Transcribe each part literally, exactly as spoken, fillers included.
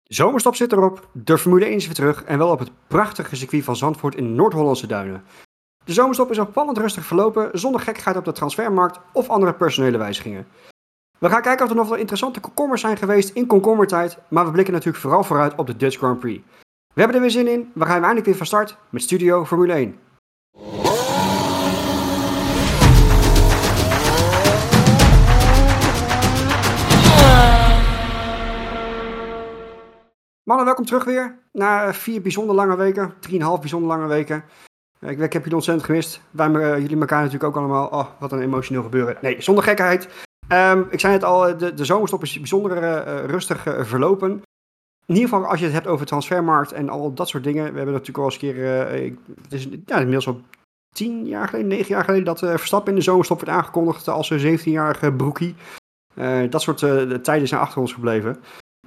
Zomerstop zit erop, de Formule één is weer terug en wel op het prachtige circuit van Zandvoort in de Noord-Hollandse duinen. De zomerstop is opvallend rustig verlopen, zonder gekkigheid op de transfermarkt of andere personele wijzigingen. We gaan kijken of er nog wel interessante komkommers zijn geweest in komkommertijd, maar we blikken natuurlijk vooral vooruit op de Dutch Grand Prix. We hebben er weer zin in, we gaan eindelijk weer van start met Studio Formule één. Mannen, welkom terug weer. Na vier bijzonder lange weken, drieënhalf bijzonder lange weken. Ik, ik heb jullie ontzettend gemist. Wij, uh, jullie elkaar natuurlijk ook allemaal. Oh, wat een emotioneel gebeuren. Nee, zonder gekheid. Um, ik zei het al, de, de zomerstop is bijzonder uh, rustig uh, verlopen. In ieder geval als je het hebt over transfermarkt en al dat soort dingen. We hebben natuurlijk al eens een keer, uh, het is ja, inmiddels al tien jaar geleden, negen jaar geleden, dat uh, Verstappen in de zomerstop werd aangekondigd als een zeventienjarige broekie. Uh, dat soort uh, tijden zijn achter ons gebleven.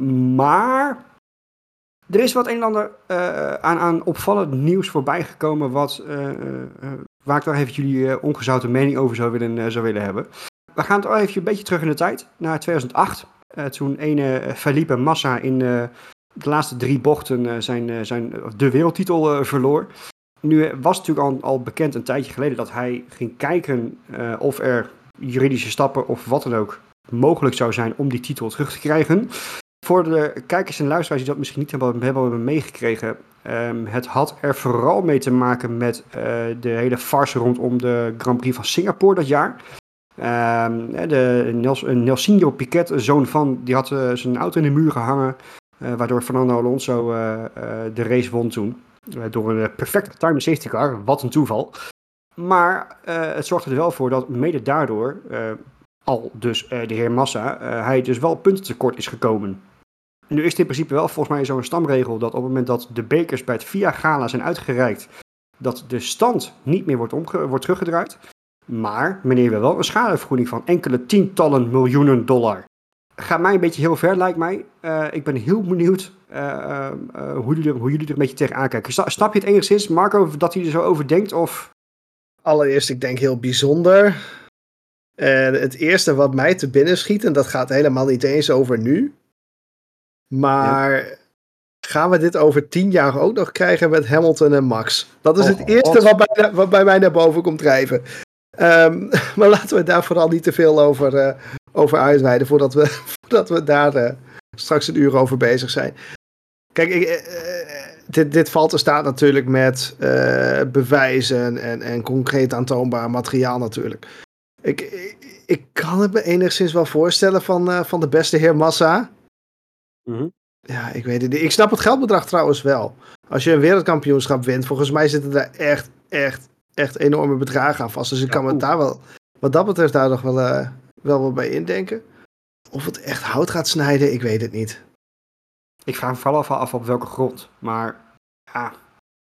Maar er is wat een en ander uh, aan, aan opvallend nieuws voorbij gekomen, wat, uh, uh, waar ik toch even jullie uh, ongezouten mening over zou willen, uh, zou willen hebben. We gaan toch even een beetje terug in de tijd, naar tweeduizend acht. Uh, toen ene uh, Felipe Massa in uh, de laatste drie bochten uh, zijn, uh, zijn, de wereldtitel uh, verloor. Nu uh, was het natuurlijk al, al bekend een tijdje geleden dat hij ging kijken uh, of er juridische stappen of wat dan ook mogelijk zou zijn om die titel terug te krijgen. Voor de kijkers en luisteraars die dat misschien niet hebben, hebben meegekregen. Um, het had er vooral mee te maken met uh, de hele farce rondom de Grand Prix van Singapore dat jaar. Um, de Nels, Nelsinho Piquet, een zoon van, die had uh, zijn auto in de muur gehangen. Uh, waardoor Fernando Alonso uh, uh, de race won toen. Uh, door een uh, perfecte time safety car. Wat een toeval. Maar uh, het zorgde er wel voor dat mede daardoor, uh, al dus uh, de heer Massa, uh, hij dus wel punten tekort is gekomen. Nu is het in principe wel volgens mij zo'n stamregel dat op het moment dat de bekers bij het V I A-gala zijn uitgereikt, dat de stand niet meer wordt, omge- wordt teruggedraaid. Maar meneer wil wel een schadevergoeding van enkele tientallen miljoenen dollar. Gaat mij een beetje heel ver, lijkt mij. Uh, ik ben heel benieuwd uh, uh, uh, hoe, jullie er, hoe jullie er een beetje tegenaan kijken. Snap je het enigszins, Marco, dat hij er zo over denkt? Of? Allereerst, ik denk heel bijzonder. En het eerste wat mij te binnen schiet, en dat gaat helemaal niet eens over nu. Maar ja. Gaan we dit over tien jaar ook nog krijgen met Hamilton en Max? Dat is oh, het eerste wat bij, wat bij mij naar boven komt drijven. Um, maar laten we daar vooral niet te veel over, uh, over uitweiden voordat we, voordat we daar uh, straks een uur over bezig zijn. Kijk, ik, uh, dit, dit valt te staan natuurlijk met uh, bewijzen en, en concreet aantoonbaar materiaal natuurlijk. Ik, ik, ik kan het me enigszins wel voorstellen van, uh, van de beste heer Massa. Mm-hmm. Ja, ik weet het niet. Ik snap het geldbedrag trouwens wel. Als je een wereldkampioenschap wint, volgens mij zitten daar echt, echt, echt enorme bedragen aan vast. Dus ik ja, kan me daar wel, wat dat betreft, daar nog wel, uh, wel wat bij indenken. Of het echt hout gaat snijden, ik weet het niet. Ik vraag me vooral af op welke grond. Maar ja,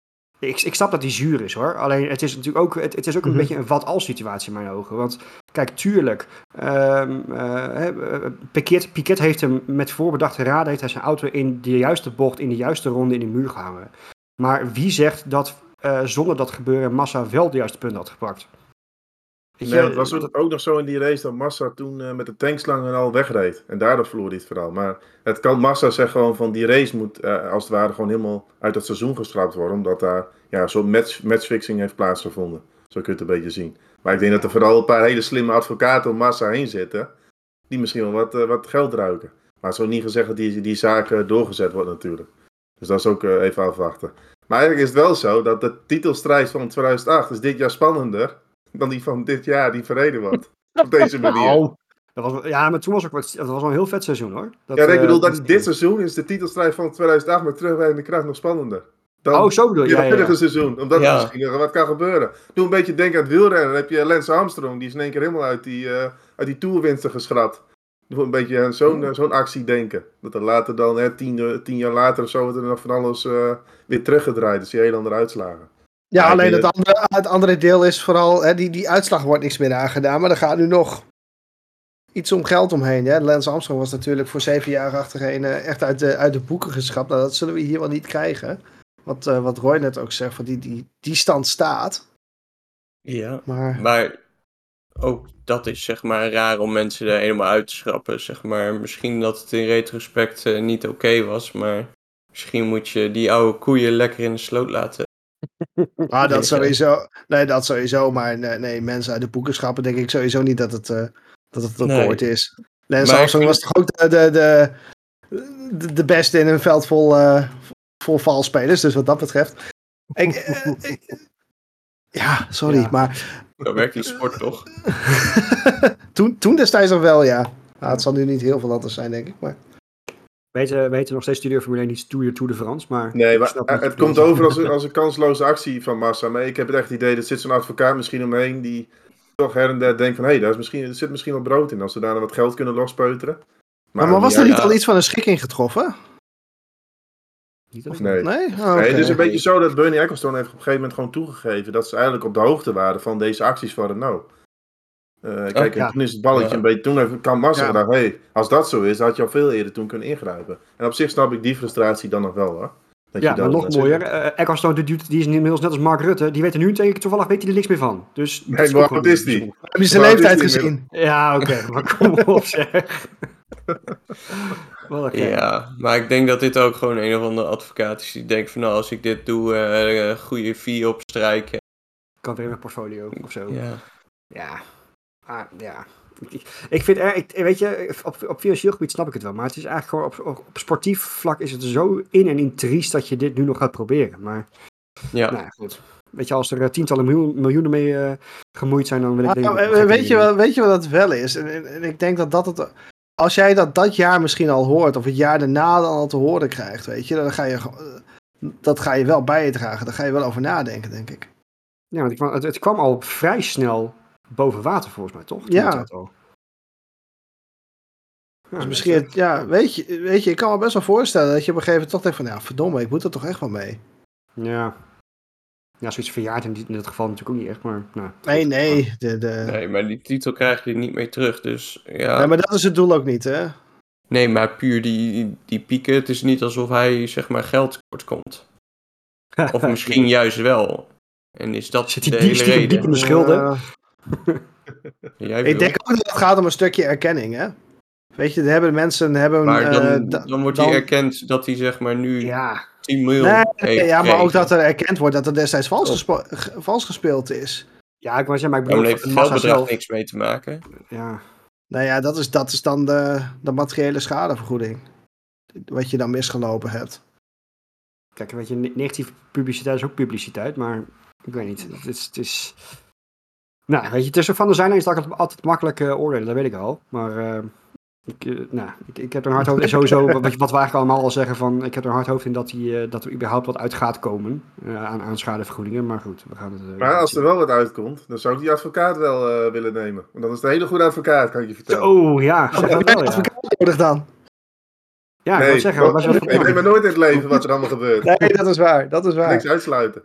ik, ik snap dat die zuur is hoor. Alleen het is natuurlijk ook, het, het is ook een mm-hmm. beetje een wat-als situatie in mijn ogen. Want kijk, tuurlijk, um, uh, Piquet, Piquet heeft hem met voorbedachte raden, heeft hij zijn auto in de juiste bocht, in de juiste ronde in de muur gehangen. Maar wie zegt dat uh, zonder dat gebeuren Massa wel de juiste punten had gepakt? Nee, het was ook, ook nog zo in die race dat Massa toen uh, met de tankslangen al wegreed. En daardoor verloor hij het vooral. Maar het kan Massa zeggen gewoon van die race moet uh, als het ware gewoon helemaal uit het seizoen geschrapt worden. Omdat daar ja, zo'n match, matchfixing heeft plaatsgevonden. Zo kun je het een beetje zien. Maar ik denk dat er vooral een paar hele slimme advocaten om Massa heen zitten. Die misschien wel wat, uh, wat geld ruiken. Maar het is ook niet gezegd dat die, die zaak uh, doorgezet wordt natuurlijk. Dus dat is ook uh, even afwachten. Maar eigenlijk is het wel zo dat de titelstrijd van tweeduizend acht is dit jaar spannender dan die van dit jaar die verreden wordt. Op deze manier. Oh, dat was, ja, maar toen was ook wat, dat was wel een heel vet seizoen hoor. Dat, ja, ik bedoel uh, dat dit, dit seizoen is de titelstrijd van tweeduizend acht met terugwerkende kracht nog spannender. Dan oh, zo bedoel je? Ja, het vorige ja, ja. seizoen. Omdat ja. er misschien wat kan gebeuren. Doe een beetje denken aan het wielrennen. Dan heb je Lance Armstrong. Die is in één keer helemaal uit die, uh, uit die toerwinsten geschrapt. Doe een beetje aan zo'n, uh, zo'n actie denken. Dat er later dan, hè, tien, uh, tien jaar later of zo, wordt er nog van alles uh, weer teruggedraaid. Dus die hele andere uitslagen. Ja, ja, alleen het andere, het andere deel is vooral, hè, die, die uitslag wordt niks meer aangedaan, maar er gaat nu nog iets om geld omheen. Hè. Lance Armstrong was natuurlijk voor zeven jaar achtereen uh, echt uit de, uit de boeken geschrapt. Nou, dat zullen we hier wel niet krijgen. Wat, uh, wat Roy net ook zegt, van die, die, die stand staat. Ja, maar... maar ook dat is zeg maar raar om mensen er helemaal uit te schrappen. Zeg maar. Misschien dat het in retrospect uh, niet oké okay was, maar misschien moet je die oude koeien lekker in de sloot laten. Ah, dat sowieso. Nee, dat sowieso. Maar nee, nee, mensen uit de boeken schrappen denk ik sowieso niet dat het, uh, dat het akkoord nee. is. Lance Armstrong was toch ook de, de, de, de, de beste in een veld vol, uh, vol valspelers. Dus wat dat betreft. ik, uh, ik, ja, sorry, ja. maar... Zo werkt die sport toch? toen, toen destijds nog wel, ja. Nou, het zal nu niet heel veel anders zijn, denk ik. Maar... Weten, weten nog steeds Studio Formule één niet Tour Tour de France, maar... Nee, maar het, het komt over als een, als een kansloze actie van Massa. Maar ik heb het echt het idee, dat zit zo'n advocaat misschien omheen die toch her en der denkt van... hé, hey, daar is misschien, er zit misschien wel brood in als ze daar wat geld kunnen lospeuteren. Maar, maar, maar was er niet ja. al iets van een schikking getroffen? Of nee. Nee? Oh, okay. nee, het is een beetje zo dat Bernie Ecclestone heeft op een gegeven moment gewoon toegegeven dat ze eigenlijk op de hoogte waren van deze acties van Renault. Uh, kijk, oh, ja. toen is het balletje ja. een beetje... Toen heeft, kan Massa ja. gedacht, hé, hey, als dat zo is, dan had je al veel eerder toen kunnen ingrijpen. En op zich snap ik die frustratie dan nog wel, hoor. Dat ja, je maar nog mooier. Uh, Ecclestone, die, die is inmiddels net als Mark Rutte, die weet er nu tegen, toevallig weet hij er niks meer van. Dus, nee, maar wat is die? Heb je zijn leeftijd gezien? Ja, oké, okay, maar kom op, zeg. Ja, maar ik denk dat dit ook gewoon een of andere advocaat is die denkt van, nou, als ik dit doe, uh, goede fee opstrijken. Kan weer in mijn portfolio of zo. Ja. Ja. Ah, ja. Ik, ik vind er, ik, weet je, op, op financieel gebied snap ik het wel, maar het is eigenlijk gewoon op, op sportief vlak is het zo in en in triest dat je dit nu nog gaat proberen. Maar, ja. Nou goed. Weet je, als er uh, tientallen miljoen, miljoenen mee uh, gemoeid zijn, dan wil ik nou, denken... Nou, weet, je wel, weet je wat het wel is? En, en, en ik denk dat dat het... Als jij dat dat jaar misschien al hoort, of het jaar daarna dan al te horen krijgt, weet je, dan ga je, dat ga je wel bijdragen. Daar ga je wel over nadenken, denk ik. Ja, want ik, het, het kwam al vrij snel boven water, volgens mij, toch? Ja. Al. ja dus misschien, het, ja, weet je, weet je, ik kan me best wel voorstellen dat je op een gegeven moment toch denkt van, ja, verdomme, ik moet er toch echt wel mee. Ja. Ja, zoiets verjaard in, die, in dit geval natuurlijk ook niet echt, maar... Nou, nee, nee. De, de... Nee, maar die titel krijg je niet mee terug, dus ja. Nee, maar dat is het doel ook niet, hè? Nee, maar puur die, die pieken, het is niet alsof hij, zeg maar, geld tekort komt. Of misschien juist wel. En is dat Zit die de hele reden? diep in de schulden? Uh, ik denk ook dat het gaat om een stukje erkenning, hè? Weet je, hebben mensen... Hebben, maar dan, uh, da, dan wordt dan... hij erkend dat hij, zeg maar, nu... Ja. tien miljoen nee, heeft ja, maar gekregen. ook dat er erkend wordt dat er destijds vals, gespo- g- vals gespeeld is. Ja, ik wou zeggen, maar ik bedoel... Dan heeft het geldbedrag zelf... niks mee te maken. Ja. Nou ja, dat is, dat is dan de, de materiële schadevergoeding. Wat je dan misgelopen hebt. Kijk, weet je, negatieve publiciteit is ook publiciteit, maar ik weet niet. Het is... Het is... Nou, weet je, tussen van de zijlijn is dat altijd makkelijk uh, oordelen, dat weet ik al. Maar... Uh... Ik, uh, nou, ik, ik heb er een hard hoofd in sowieso, wat, wat we eigenlijk allemaal al zeggen van, ik heb er een hard hoofd in dat, die, uh, dat er überhaupt wat uit gaat komen uh, aan, aan schadevergoedingen, maar goed, we gaan het... Uh, maar als er wel wat uitkomt, dan zou ik die advocaat wel uh, willen nemen, want dan is het een hele goede advocaat, kan ik je vertellen. Oh ja, zeg dat wel, ja. Advocaat nodig dan? Ja, nee, ik wil zeggen, wat, wat, ik weet maar nooit in het leven wat er allemaal gebeurt. Nee, dat is waar, dat is waar. Niks uitsluiten.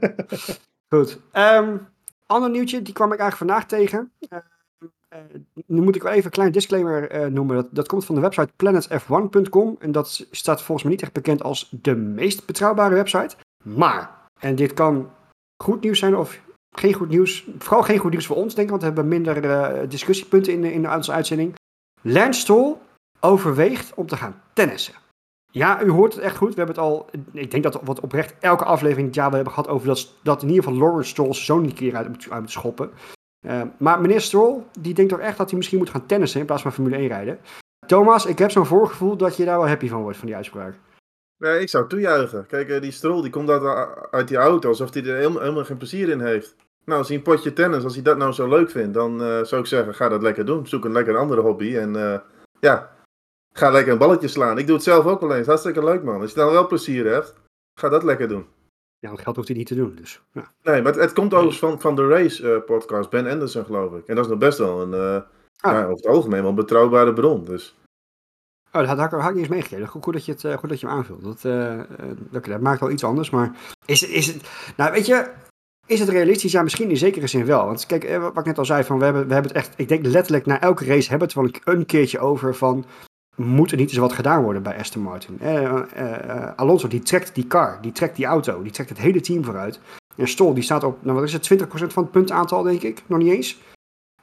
Goed, um, ander nieuwtje, die kwam ik eigenlijk vandaag tegen. Uh, Uh, nu moet ik wel even een klein disclaimer uh, noemen. Dat, dat komt van de website planet f one punt com. En dat staat volgens mij niet echt bekend als de meest betrouwbare website. Maar, en dit kan goed nieuws zijn of geen goed nieuws. Vooral geen goed nieuws voor ons, denk ik. Want we hebben minder uh, discussiepunten in de, in de uitzending. Lance Stroll overweegt om te gaan tennissen. Ja, u hoort het echt goed. We hebben het al, ik denk dat we wat oprecht elke aflevering dit jaar we hebben gehad over dat, dat in ieder geval Lawrence Stroll zo'n een keer uit moet, uit moet schoppen. Uh, maar meneer Stroll, die denkt toch echt dat hij misschien moet gaan tennissen in plaats van Formule één rijden. Thomas, ik heb zo'n voorgevoel dat je daar wel happy van wordt, van die uitspraak. Nee, ik zou toejuichen. Kijk, die Stroll die komt uit, uit die auto alsof hij er helemaal, helemaal geen plezier in heeft. Nou, als hij een potje tennis, als hij dat nou zo leuk vindt, dan uh, zou ik zeggen, ga dat lekker doen. Zoek een lekker andere hobby en uh, ja, ga lekker een balletje slaan. Ik doe het zelf ook wel eens. Hartstikke leuk, man. Als je dan wel plezier hebt, ga dat lekker doen. Ja, want geld hoeft hij niet te doen, dus. Ja. Nee, maar het, het komt overigens van, van de Race uh, podcast, Ben Anderson geloof ik. En dat is nog best wel een, uh, ah. ja, over het algemeen wel een betrouwbare bron, dus. Oh, dat had, had, had ik niet eens meegekregen. Goed, goed, dat je het, uh, goed dat je hem aanvult. Dat, uh, uh, okay, dat maakt wel iets anders, maar is, is het, nou weet je, is het realistisch? Ja, misschien in zekere zin wel. Want kijk, uh, wat ik net al zei, van, we, hebben, we hebben het echt, ik denk letterlijk na elke race hebben we het wel een, een keertje over van, moet er niet eens wat gedaan worden bij Aston Martin? Uh, uh, uh, Alonso, die trekt die car, die trekt die auto, die trekt het hele team vooruit. En Stroll, die staat op, nou wat is het, twintig procent van het puntaantal, denk ik, nog niet eens.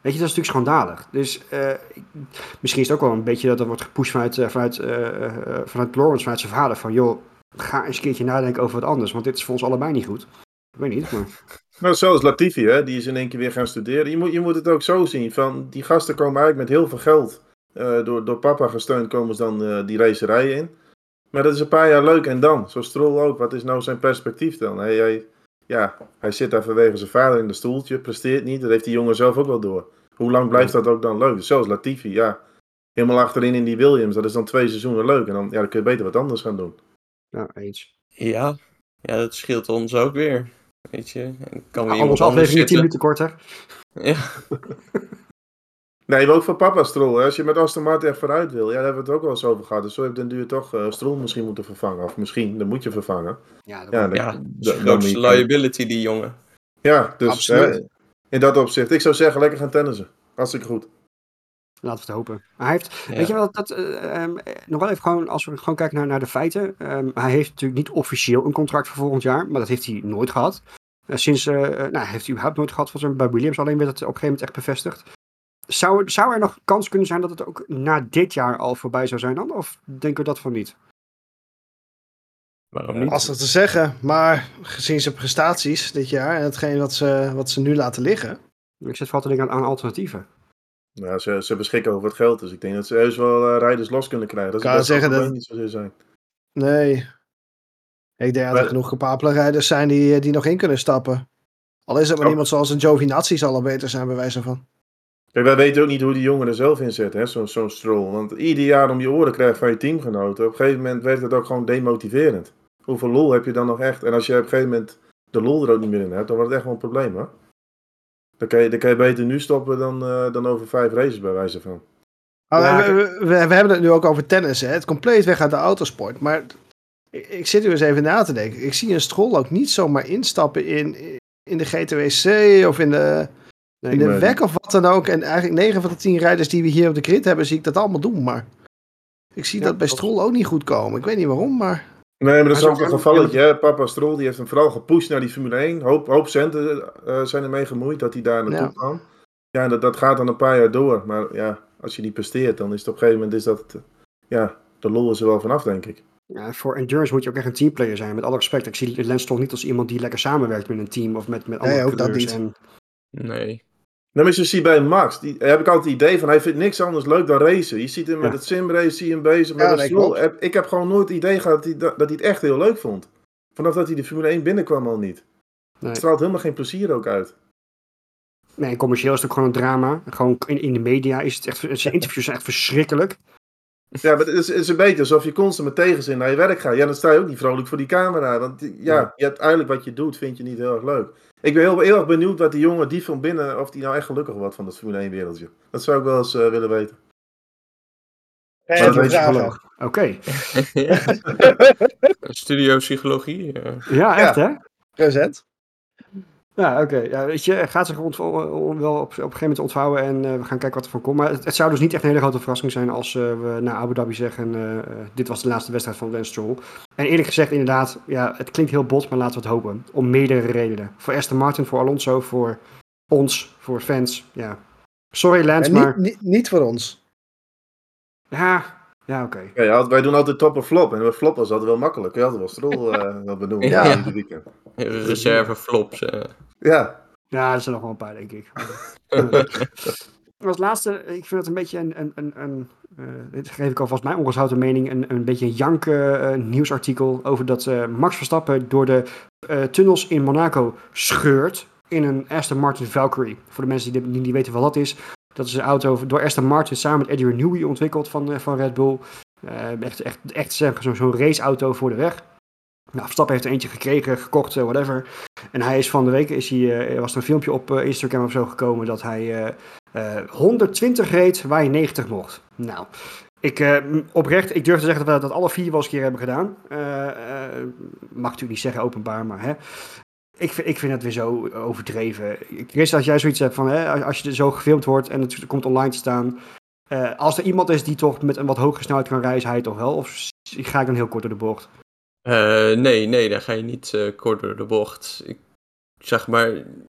Weet je, dat is natuurlijk schandalig. Dus uh, misschien is het ook wel een beetje dat er wordt gepusht vanuit, uh, vanuit, uh, uh, vanuit Lawrence, vanuit zijn vader. Van joh, ga eens een keertje nadenken over wat anders. Want dit is voor ons allebei niet goed. Ik weet niet, maar... Nou, zelfs Latifi, hè, die is in één keer weer gaan studeren. Je moet, je moet het ook zo zien. Van, die gasten komen eigenlijk met heel veel geld. Uh, door, door papa gesteund komen ze dan uh, die racerijen in. Maar dat is een paar jaar leuk en dan. Zo Stroll ook. Wat is nou zijn perspectief dan? Hij, hij, ja, hij zit daar vanwege zijn vader in de stoeltje. Presteert niet. Dat heeft die jongen zelf ook wel door. Hoe lang blijft dat ook dan leuk? Dus zelfs Latifi, ja. Helemaal achterin in die Williams. Dat is dan twee seizoenen leuk. En dan, ja, dan kun je beter wat anders gaan doen. Ja, eens. Ja, ja dat scheelt ons ook weer. Weet je. Kan weer ja, onze aflevering tien minuten korter. Ja. Nee, maar ook voor papa Stroll. Hè. Als je met Aston Martin echt vooruit wil. Ja, daar hebben we het ook wel eens over gehad. Dus zo heb je den duur toch uh, Stroll misschien moeten vervangen. Of misschien, dan moet je vervangen. Ja, dat ja, de ja, grootste liability die jongen. Ja, dus hè, in dat opzicht. Ik zou zeggen, lekker gaan tennissen. Hartstikke goed. Laten we het hopen. Hij heeft, ja. Weet je wel, dat, uh, um, nog wel even gewoon, als we gewoon kijken naar, naar de feiten. Um, hij heeft natuurlijk niet officieel een contract voor volgend jaar, maar dat heeft hij nooit gehad. Uh, sinds, uh, nou, heeft hij überhaupt nooit gehad volgens mij bij Williams, alleen werd het op een gegeven moment echt bevestigd. Zou, zou er nog kans kunnen zijn dat het ook na dit jaar al voorbij zou zijn dan? Of denken we dat van niet? Waarom niet? Lastig te zeggen, maar gezien zijn prestaties dit jaar en hetgeen wat ze, wat ze nu laten liggen. Ik zit vooral te denken aan, aan alternatieven. Ja, ze, ze beschikken over het geld, dus ik denk dat ze heus wel uh, rijders los kunnen krijgen. Dat is best zeggen dat niet zozeer zijn. Nee. Ik denk dat er genoeg gepapelde rijders zijn die, die nog in kunnen stappen. Al is het maar oh. iemand zoals een Giovinazzi zal al beter zijn bij wijze van. Kijk, wij weten ook niet hoe die jongen er zelf in zit, hè, zo'n zo Stroll. Want ieder jaar om je oren krijgt van je teamgenoten. Op een gegeven moment werkt het ook gewoon demotiverend. Hoeveel lol heb je dan nog echt? En als je op een gegeven moment de lol er ook niet meer in hebt, dan wordt het echt wel een probleem, hoor. Dan kan je, dan kan je beter nu stoppen dan, uh, dan over vijf races bij wijze van. Oh, ja, we, we, we hebben het nu ook over tennis, hè. Het compleet weg uit de autosport. Maar ik, ik zit nu eens even na te denken. Ik zie een Stroll ook niet zomaar instappen in, in de G T W C of in de, nee, in de W E C of wat dan ook. En eigenlijk negen van de tien rijders die we hier op de grid hebben, zie ik dat allemaal doen. Maar ik zie ja, dat bij Stroll ook niet goed komen. Ik weet niet waarom, maar... Nee, maar dat is ook een gevalletje. Hè? Papa Stroll die heeft hem vooral gepusht naar die Formule één. Hoop, hoop centen uh, zijn ermee gemoeid dat hij daar naartoe ja. kwam. Ja, dat, dat gaat dan een paar jaar door. Maar ja, als je niet presteert, dan is het op een gegeven moment is dat... Ja, de lol is er wel vanaf, denk ik. Ja, voor endurance moet je ook echt een teamplayer zijn. Met alle respect. Ik zie Lance Stroll niet als iemand die lekker samenwerkt met een team. Of met, met andere nee, ook dat niet. En... Nee. Nou, maar je ziet bij Max, die heb ik altijd het idee van, hij vindt niks anders leuk dan racen. Je ziet hem met ja. het simrace, zie je hem bezig met ja, nee, Stroll. Heb, ik heb gewoon nooit het idee gehad dat hij, dat hij het echt heel leuk vond. Vanaf dat hij de Formule één binnenkwam al niet. Nee. Het straalt helemaal geen plezier ook uit. Nee, commercieel is het ook gewoon een drama. Gewoon in, in de media is het echt, zijn interviews zijn echt verschrikkelijk. Ja, maar het is, het is een beetje alsof je constant met tegenzin naar je werk gaat. Ja, dan sta je ook niet vrolijk voor die camera. Want ja, ja. je hebt eigenlijk wat je doet, vind je niet heel erg leuk. Ik ben heel, heel erg benieuwd wat die jongen die van binnen, of die nou echt gelukkig wordt van dat Formule één wereldje. Dat zou ik wel eens uh, willen weten. Ja, dat weet je Oké. Okay. Studio psychologie. Ja, ja echt ja. hè? Present. Ja, oké. Okay. Ja, weet je, gaat zich ont- on- wel op, op een gegeven moment ontvouwen en uh, we gaan kijken wat er van komt. Maar het, het zou dus niet echt een hele grote verrassing zijn als uh, we na Abu Dhabi zeggen, uh, uh, dit was de laatste wedstrijd van Lance Stroll. En eerlijk gezegd, inderdaad, ja, het klinkt heel bot, maar laten we het hopen. Om meerdere redenen. Voor Aston Martin, voor Alonso, voor ons, voor fans. Ja. Sorry Lance, ja, niet, maar... Niet, niet voor ons. Ja... Ja, oké. Okay. Ja, wij doen altijd top of flop. En bij flop was dat wel makkelijk. Je had wel Stroll uh, wat benoemen. Ja, ja. De weekend. Reserve flops. Uh. Ja. Ja, er zijn nog wel een paar, denk ik. Als laatste, ik vind het een beetje een... een, een, een uh, dit geef ik alvast mijn ongezouten mening. Een, een beetje een jank uh, nieuwsartikel over dat uh, Max Verstappen door de uh, tunnels in Monaco scheurt in een Aston Martin Valkyrie. Voor de mensen die niet weten wat dat is... Dat is een auto door Aston Martin samen met Adrian Newey ontwikkeld van, uh, van Red Bull. Uh, echt, echt, echt zo'n zo raceauto voor de weg. Nou, Verstappen heeft er eentje gekregen, gekocht, uh, whatever. En hij is van de week, is hij, uh, was er een filmpje op uh, Instagram of zo gekomen dat hij uh, uh, honderdtwintig reed waar je negentig mocht. Nou, ik, uh, oprecht, ik durf te zeggen dat we dat alle vier wel eens een keer hebben gedaan. Uh, uh, mag natuurlijk niet zeggen openbaar, maar hè. Ik vind, ik vind het weer zo overdreven. Chris, als jij zoiets hebt van, hè, als je er zo gefilmd wordt en het komt online te staan. Uh, als er iemand is die toch met een wat hogere snelheid kan rijden, is hij toch wel? Of ga ik dan heel kort door de bocht? Uh, nee, nee, dan ga je niet uh, kort door de bocht. Ik zeg maar,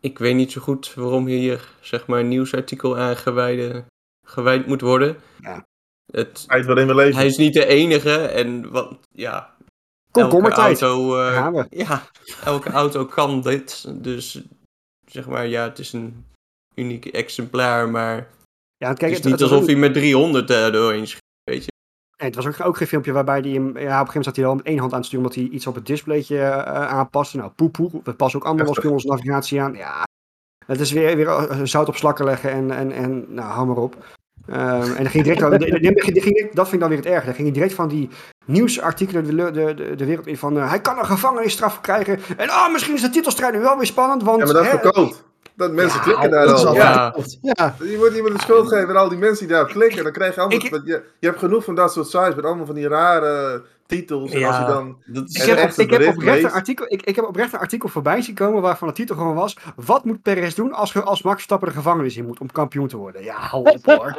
ik weet niet zo goed waarom hier zeg maar een nieuwsartikel aan gewijde, gewijd moet worden. Ja. Het, Tijd waarin we leven. hij is niet de enige en wat, ja, elke Komkommertijd. auto, Daar uh, gaan we. ja, elke auto kan dit. Dus zeg maar, ja, het is een uniek exemplaar, maar Ja, kijk, het is het, niet het was alsof ook- hij met driehonderd uh, doorheen schiet, weet je. Nee, het was ook, ook geen filmpje waarbij hij hem... Ja, op een gegeven moment zat hij wel met één hand aan het sturen... omdat hij iets op het displaytje uh, aanpaste. Nou, poe poe. We passen ook allemaal wel eens bij onze navigatie aan. Ja, het is weer, weer zout op slakken leggen en, en, en nou, hou maar op. Um, en dan ging direct... de, de, de, ging, dat vind ik dan weer het erg. Dan ging hij direct van die nieuwsartikelen de, de, de, de wereld in van... Uh, hij kan een gevangenisstraf krijgen. En oh, misschien is de titelstrijd nu wel weer spannend, want... Ja, maar dat hè, verkoopt. Dat mensen Ja, klikken daar Dat is al. al Ja. ja. ja. Je moet iemand de schuld geven aan al die mensen die daar klikken. Dan krijg je allemaal... Ik- want je, je hebt genoeg van dat soort sites met allemaal van die rare titels. En Ja, als je dan... dat is Ik En heb, echt ik, het heb bericht oprecht een leest. artikel, ik, ik heb oprecht een artikel voorbij zien komen waarvan de titel gewoon was: wat moet Perez doen als, ge- als Max Verstappen de gevangenis in moet om kampioen te worden? Ja, hou op hoor.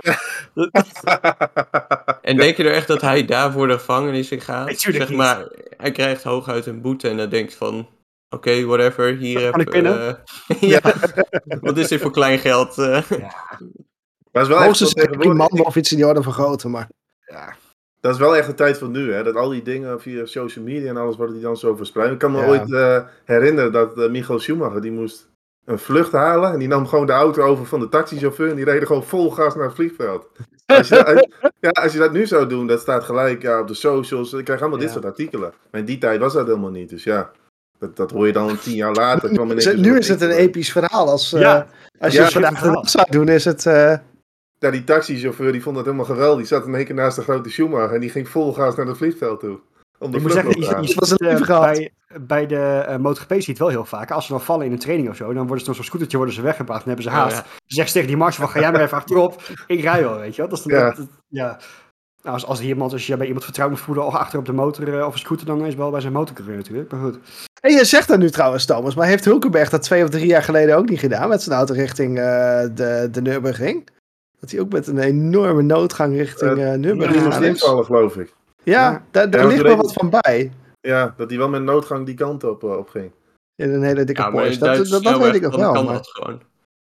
En denk je er echt dat hij daarvoor de gevangenis in gaat? Nee, tuurlijk zeg niet. maar, hij krijgt hooguit een boete en dan denkt van... Oké, okay, whatever, hier Kan heb... ik pinnen? Uh, ja, wat is dit voor klein geld? Uh? Maar het is wel echt Hoogstens zo tegenwoordig- reprimanden of iets in die orde vergroten, maar... Ja. Dat is wel echt de tijd van nu, hè? Dat al die dingen via social media en alles worden die dan zo verspreid. Ik kan me Ja. ooit uh, herinneren dat uh, Michael Schumacher, die moest een vlucht halen. En die nam gewoon de auto over van de taxichauffeur en die reed gewoon vol gas naar het vliegveld. Als je, dat, ja, als je dat nu zou doen, dat staat gelijk ja, op de socials. Je krijgt allemaal dit Ja. soort artikelen. Maar in die tijd was dat helemaal niet, dus ja. Dat, dat hoor je dan tien jaar later. Kwam in Is één het- keer nu zo'n is het een artikel. episch verhaal. Als, uh, Ja. als Ja, je het vandaag verhaal. de zou doen, is het... Uh, Ja, die taxichauffeur die vond dat helemaal geweldig. Die zat in één keer naast de grote Schumacher en die ging vol gas naar het vliegveld toe. Om de Ik moet vlucht zeggen, op te je, halen. je Het was ziet, een eh, lieve gehad. bij, bij de uh, MotoGP zie je het wel heel vaak. Als ze dan vallen in een training of zo, dan worden ze door zo'n scootertje worden ze weggebracht en hebben ze haast. Oh, ja. Dan zeggen ze tegen die marshal van, ga jij maar even achterop. Ik rij wel, weet je wel. Dat is dan, Ja. dat, dat- ja. Nou, als, als, iemand, als je bij iemand vertrouwd moet voelen of achter op de motor uh, of een scooter, dan is het wel bij zijn motorcoureur natuurlijk. Maar goed. En je zegt dat nu trouwens, Thomas, maar heeft Hulkenberg dat twee of drie jaar geleden ook niet gedaan met zijn auto richting uh, de, de Nürburgring? Dat hij ook met een enorme noodgang richting uh, Die Nürburgring moest gegaan is. invallen, geloof ik. Ja, Ja. daar, daar Ja, ligt toen wel reed- wat van bij. Ja, dat hij wel met noodgang die kant op, uh, op ging. In een hele dikke Ja, maar Porsche. in Dat, Duits dat, dat weet snelweg, ik nog dan wel. kan Maar... dat gewoon.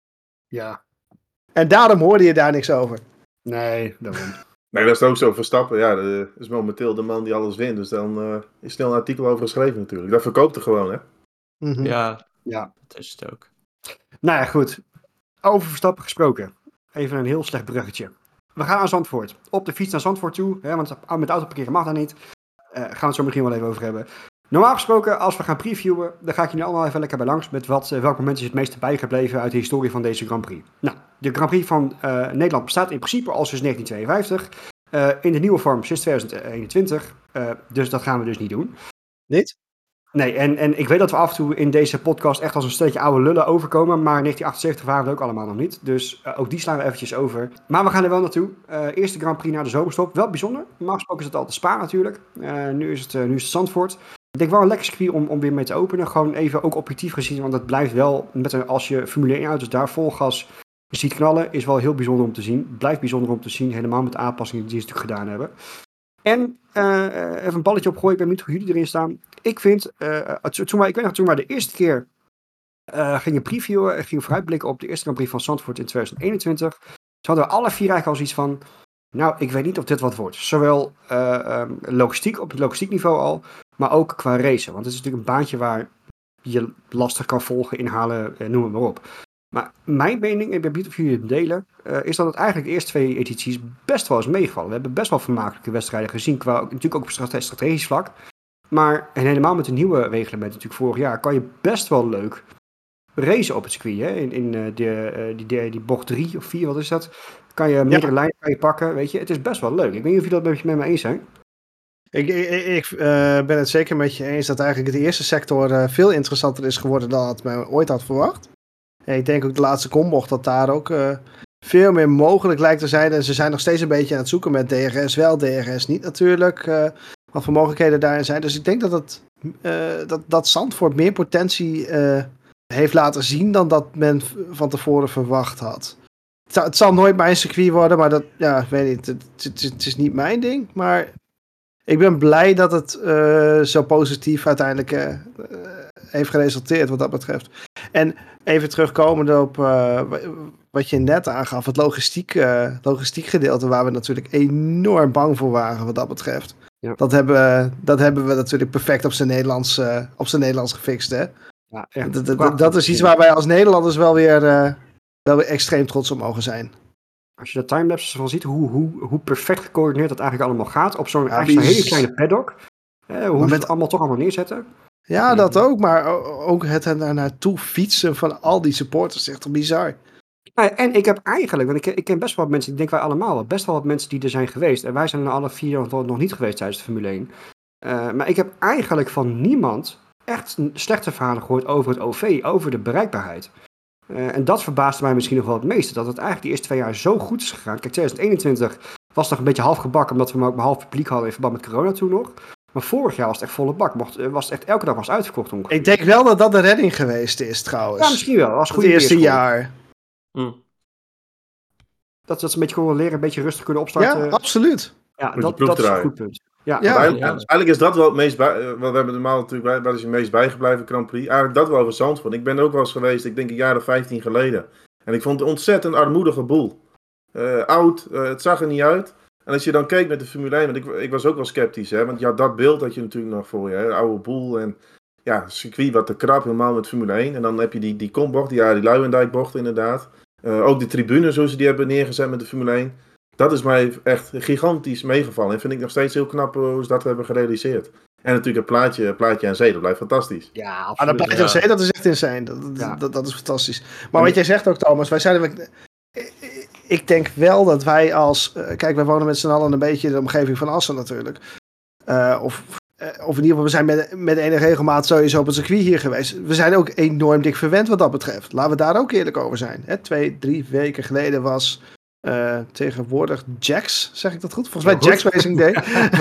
Ja. En daarom hoorde je daar niks over. Nee, daarom. Nee, dat is ook zo. Verstappen, ja, dat is momenteel de man die alles wint. Dus dan uh, is snel een artikel over geschreven natuurlijk. Dat verkoopt er gewoon, hè? Mhm. Ja, Ja. dat is het ook. Nou ja, goed. Over Verstappen gesproken. Even een heel slecht bruggetje. We gaan naar Zandvoort. Op de fiets naar Zandvoort toe. Hè, want met auto parkeren mag dat niet. Uh, gaan we het zo misschien wel even over hebben. Normaal gesproken, als we gaan previewen, dan ga ik jullie allemaal even lekker bij langs met wat, uh, welk moment is het meeste bijgebleven uit de historie van deze Grand Prix. Nou, de Grand Prix van uh, Nederland bestaat in principe al sinds negentien tweeënvijftig. Uh, in de nieuwe vorm sinds tweeduizend eenentwintig. Uh, dus dat gaan we dus niet doen. Niet? Nee, en, en ik weet dat we af en toe in deze podcast echt als een stelletje oude lullen overkomen. Maar in negentien achtenzeventig waren we ook allemaal nog niet. Dus uh, ook die slaan we eventjes over. Maar we gaan er wel naartoe. Uh, eerste Grand Prix na de zomerstop. Wel bijzonder. Normaal gesproken is het altijd Spa natuurlijk. Uh, nu, is het, uh, nu is het Zandvoort. Ik denk wel een lekker circuit om, om weer mee te openen. Gewoon even ook objectief gezien. Want het blijft wel, met een, als je Formule één auto's daar vol gas ziet knallen, is wel heel bijzonder om te zien. Blijft bijzonder om te zien. Helemaal met de aanpassingen die ze natuurlijk gedaan hebben. En uh, even een balletje opgooien. Ik ben benieuwd hoe jullie erin staan. Ik vind, uh, toen maar, ik weet nog, toen maar de eerste keer uh, gingen previewen, gingen vooruitblikken op de eerste Grand Prix van Zandvoort in tweeduizend eenentwintig. Toen hadden we alle vier eigenlijk al zoiets van, nou, ik weet niet of dit wat wordt. Zowel uh, um, logistiek, op het logistiek niveau al, maar ook qua racen. Want het is natuurlijk een baantje waar je lastig kan volgen, inhalen, uh, noem het maar op. Maar mijn mening, ik ben benieuwd of jullie het delen, uh, is dat het eigenlijk de eerste twee edities best wel is meegevallen. We hebben best wel vermakelijke wedstrijden gezien, qua, natuurlijk ook op strategisch vlak. Maar en helemaal met de nieuwe reglementen natuurlijk vorig jaar, kan je best wel leuk racen op het circuit. Hè? In, in uh, de, uh, die, die, die bocht drie of vier, wat is dat? Kan je meerdere ja. lijnen kan je pakken, weet je. Het is best wel leuk. Ik weet niet of jullie dat met me eens zijn. Ik, ik, ik uh, ben het zeker met je eens dat eigenlijk de eerste sector uh, veel interessanter is geworden dan het men ooit had verwacht. En ik denk ook de laatste kombocht dat daar ook uh, veel meer mogelijk lijkt te zijn. En ze zijn nog steeds een beetje aan het zoeken met D R S wel, D R S niet natuurlijk. Uh, wat voor mogelijkheden daarin zijn. Dus ik denk dat, het, uh, dat, dat Zandvoort meer potentie uh, heeft laten zien dan dat men van tevoren verwacht had. Het, zou, het zal nooit mijn circuit worden, maar dat, ja, ik weet niet. Het, het, het is niet mijn ding, maar ik ben blij dat het uh, zo positief uiteindelijk uh, uh, heeft geresulteerd wat dat betreft. En even terugkomend op uh, wat je net aangaf, het logistiek, uh, logistiek gedeelte, waar we natuurlijk enorm bang voor waren wat dat betreft. Ja. Dat, hebben, dat hebben we natuurlijk perfect op zijn Nederlands, uh, op zijn Nederlands gefixt, hè? Ja, echt. Dat, dat, dat is iets waar wij als Nederlanders wel weer, uh, wel weer extreem trots op mogen zijn. Als je de timelapses van ziet, hoe, hoe, hoe perfect gecoördineerd dat eigenlijk allemaal gaat, op zo'n ja, zo'n hele kleine paddock, eh, hoe ze het allemaal toch allemaal neerzetten. Ja, dat ook, maar ook het er naartoe fietsen van al die supporters is echt bizar. Ja, en ik heb eigenlijk, want ik, ik ken best wel wat mensen, ik denk wij allemaal, best wel wat mensen die er zijn geweest. En wij zijn er alle vier nog niet geweest tijdens de Formule één. Uh, maar ik heb eigenlijk van niemand echt slechte verhalen gehoord over het O V, over de bereikbaarheid. Uh, en dat verbaasde mij misschien nog wel het meeste, dat het eigenlijk die eerste twee jaar zo goed is gegaan. Kijk, twintig eenentwintig was nog een beetje half gebakken, omdat we hem ook maar half publiek hadden in verband met corona toen nog. Maar vorig jaar was het echt volle bak. Mocht, was het echt elke dag was uitverkocht ongeveer. Ik denk wel dat dat de redding geweest is trouwens. Ja, misschien wel. Als het eerste jaar. Hm. Dat, dat ze een beetje konden leren, een beetje rustig kunnen opstarten. Ja, absoluut. Ja, dat, dat is een goed punt. Ja, ja, eigenlijk, ja. eigenlijk is dat wel het meest bij... We hebben normaal natuurlijk bij... Wat is het meest bijgebleven Grand Prix? Eigenlijk dat wel over Zandvoort. Ik ben er ook wel eens geweest, ik denk een jaar of vijftien geleden. En ik vond het een ontzettend armoedige boel. Uh, oud, uh, het zag er niet uit. En als je dan keek met de Formule één, want ik, ik was ook wel sceptisch, hè, want ja, dat beeld had je natuurlijk nog voor je, hè, oude boel en ja, circuit wat te krap, helemaal met Formule één. En dan heb je die, die kombocht, die, ja, die Luijendijkbocht inderdaad. Uh, ook de tribunes, zoals ze die hebben neergezet met de Formule één. Dat is mij echt gigantisch meegevallen. En vind ik nog steeds heel knap hoe ze dat hebben gerealiseerd. En natuurlijk het plaatje, plaatje aan zee, dat blijft fantastisch. Ja, absoluut. Ah, dat plaatje aan zee, dat is echt insane. Dat, ja. dat, dat is fantastisch. Maar wat jij zegt ook, Thomas, wij zijn er... Ik denk wel dat wij als... Uh, kijk, wij wonen met z'n allen een beetje in de omgeving van Assen natuurlijk. Uh, of, uh, of in ieder geval, we zijn met, met enige regelmaat sowieso op het circuit hier geweest. We zijn ook enorm dik verwend wat dat betreft. Laten we daar ook eerlijk over zijn. Hè? Twee, drie weken geleden was uh, tegenwoordig Jax, zeg ik dat goed? Volgens mij Jax Racing Day.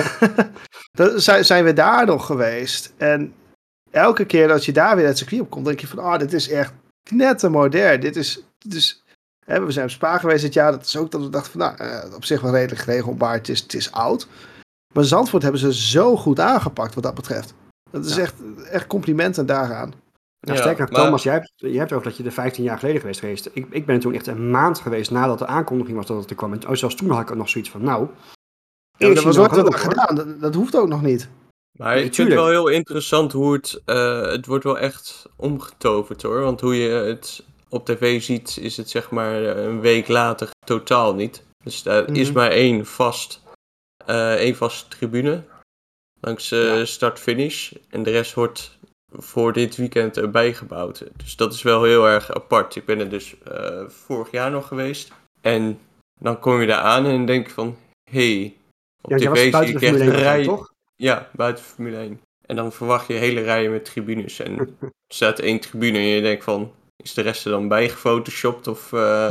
Dan zijn, zijn we daar nog geweest. En elke keer dat je daar weer het circuit op komt, denk je van, ah, oh, dit is echt knettermodern. Dit is... Dit is He, we zijn op Spa geweest dit jaar. Dat is ook dat we dachten van, nou, uh, op zich wel redelijk geregelbaar. Het is, het is oud. Maar Zandvoort hebben ze zo goed aangepakt wat dat betreft. Dat is ja. echt, echt complimenten daaraan. Ja, ja, sterker, maar... Thomas, jij hebt, jij hebt ook dat je er vijftien jaar geleden geweest geweest. Ik, ik ben toen echt een maand geweest nadat de aankondiging was dat het er kwam. En zelfs toen had ik nog zoiets van, nou... Ja, dat was ook dat gedaan. Dat, dat hoeft ook nog niet. Maar ik vind het wel heel interessant hoe het... Uh, het wordt wel echt omgetoverd hoor. Want hoe je het... op tv ziet, is het zeg maar een week later totaal niet. Dus er mm-hmm. is maar één vast, uh, één vaste tribune langs uh, ja. start-finish. En de rest wordt voor dit weekend erbij gebouwd. Dus dat is wel heel erg apart. Ik ben er dus uh, vorig jaar nog geweest. En dan kom je daar aan en denk je van... Hé, hey, op ja, tv zie ik echt een rij... toch? Ja, buiten Formule één. En dan verwacht je hele rijen met tribunes. En er staat één tribune en je denkt van... Is de rest er dan bij gefotoshopt of... Uh...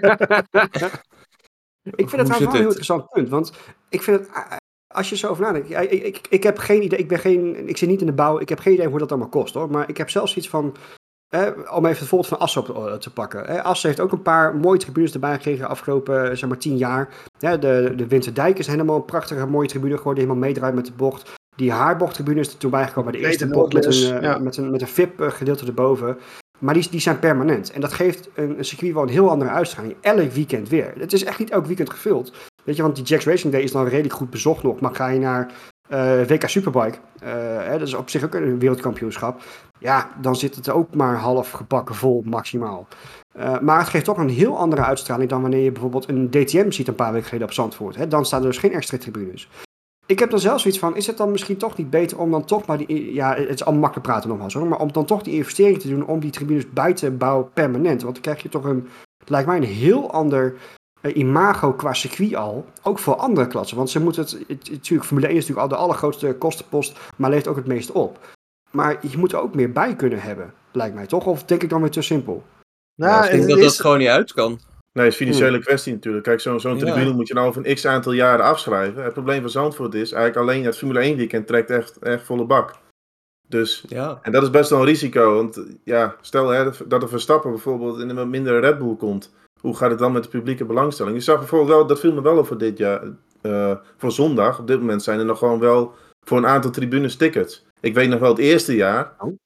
ik vind het trouwens wel een heel interessant punt. Want ik vind het... Als je zo over nadenkt... Ik, ik, ik heb geen idee... Ik, ben geen, ik zit niet in de bouw. Ik heb geen idee hoe dat allemaal kost hoor. Maar ik heb zelfs iets van... Eh, om even het voorbeeld van Assen op te pakken. Eh, Assen heeft ook een paar mooie tribunes erbij gekregen afgelopen zeg maar tien jaar. Ja, de, de Winterdijk is helemaal een prachtige mooie tribune geworden. Helemaal meedraait met de bocht. Die haarbochttribune is er toen bijgekomen bij de eerste bocht met een, ja. met een, met een V I P gedeelte erboven. Maar die, die zijn permanent. En dat geeft een, een circuit wel een heel andere uitstraling. Elk weekend weer. Het is echt niet elk weekend gevuld. Weet je, want die Jax Racing Day is dan redelijk goed bezocht nog. Maar ga je naar uh, W K Superbike. Uh, hè, dat is op zich ook een wereldkampioenschap. Ja, dan zit het ook maar half gebakken vol maximaal. Uh, maar het geeft toch een heel andere uitstraling dan wanneer je bijvoorbeeld een D T M ziet een paar weken geleden op Zandvoort. Hè. Dan staan er dus geen extra tribunes. Ik heb dan zelfs zoiets van, is het dan misschien toch niet beter om dan toch maar die... Ja, het is allemaal makkelijk praten nogmaals hoor. Maar om dan toch die investering te doen om die tribunes buiten te bouwen permanent. Want dan krijg je toch een, het lijkt mij een heel ander uh, imago qua circuit al. Ook voor andere klassen. Want ze moeten het, het, natuurlijk, Formule één is natuurlijk al de allergrootste kostenpost. Maar leeft ook het meest op. Maar je moet er ook meer bij kunnen hebben, lijkt mij toch? Of denk ik dan weer te simpel? Nou, ja, ik denk dat is... dat gewoon niet uit kan. Nee, het is een financiële hmm. kwestie natuurlijk. Kijk, zo'n, zo'n tribune ja. moet je nou over een x aantal jaren afschrijven. Het probleem van Zandvoort is eigenlijk alleen het Formule één weekend trekt echt, echt volle bak. Dus, ja. En dat is best wel een risico. Want ja, stel hè, dat er Verstappen bijvoorbeeld in een mindere Red Bull komt. Hoe gaat het dan met de publieke belangstelling? Je zag bijvoorbeeld wel, dat viel me wel over dit jaar, uh, voor zondag. Op dit moment zijn er nog gewoon wel voor een aantal tribunes tickets. Ik weet nog wel het eerste jaar. Oh.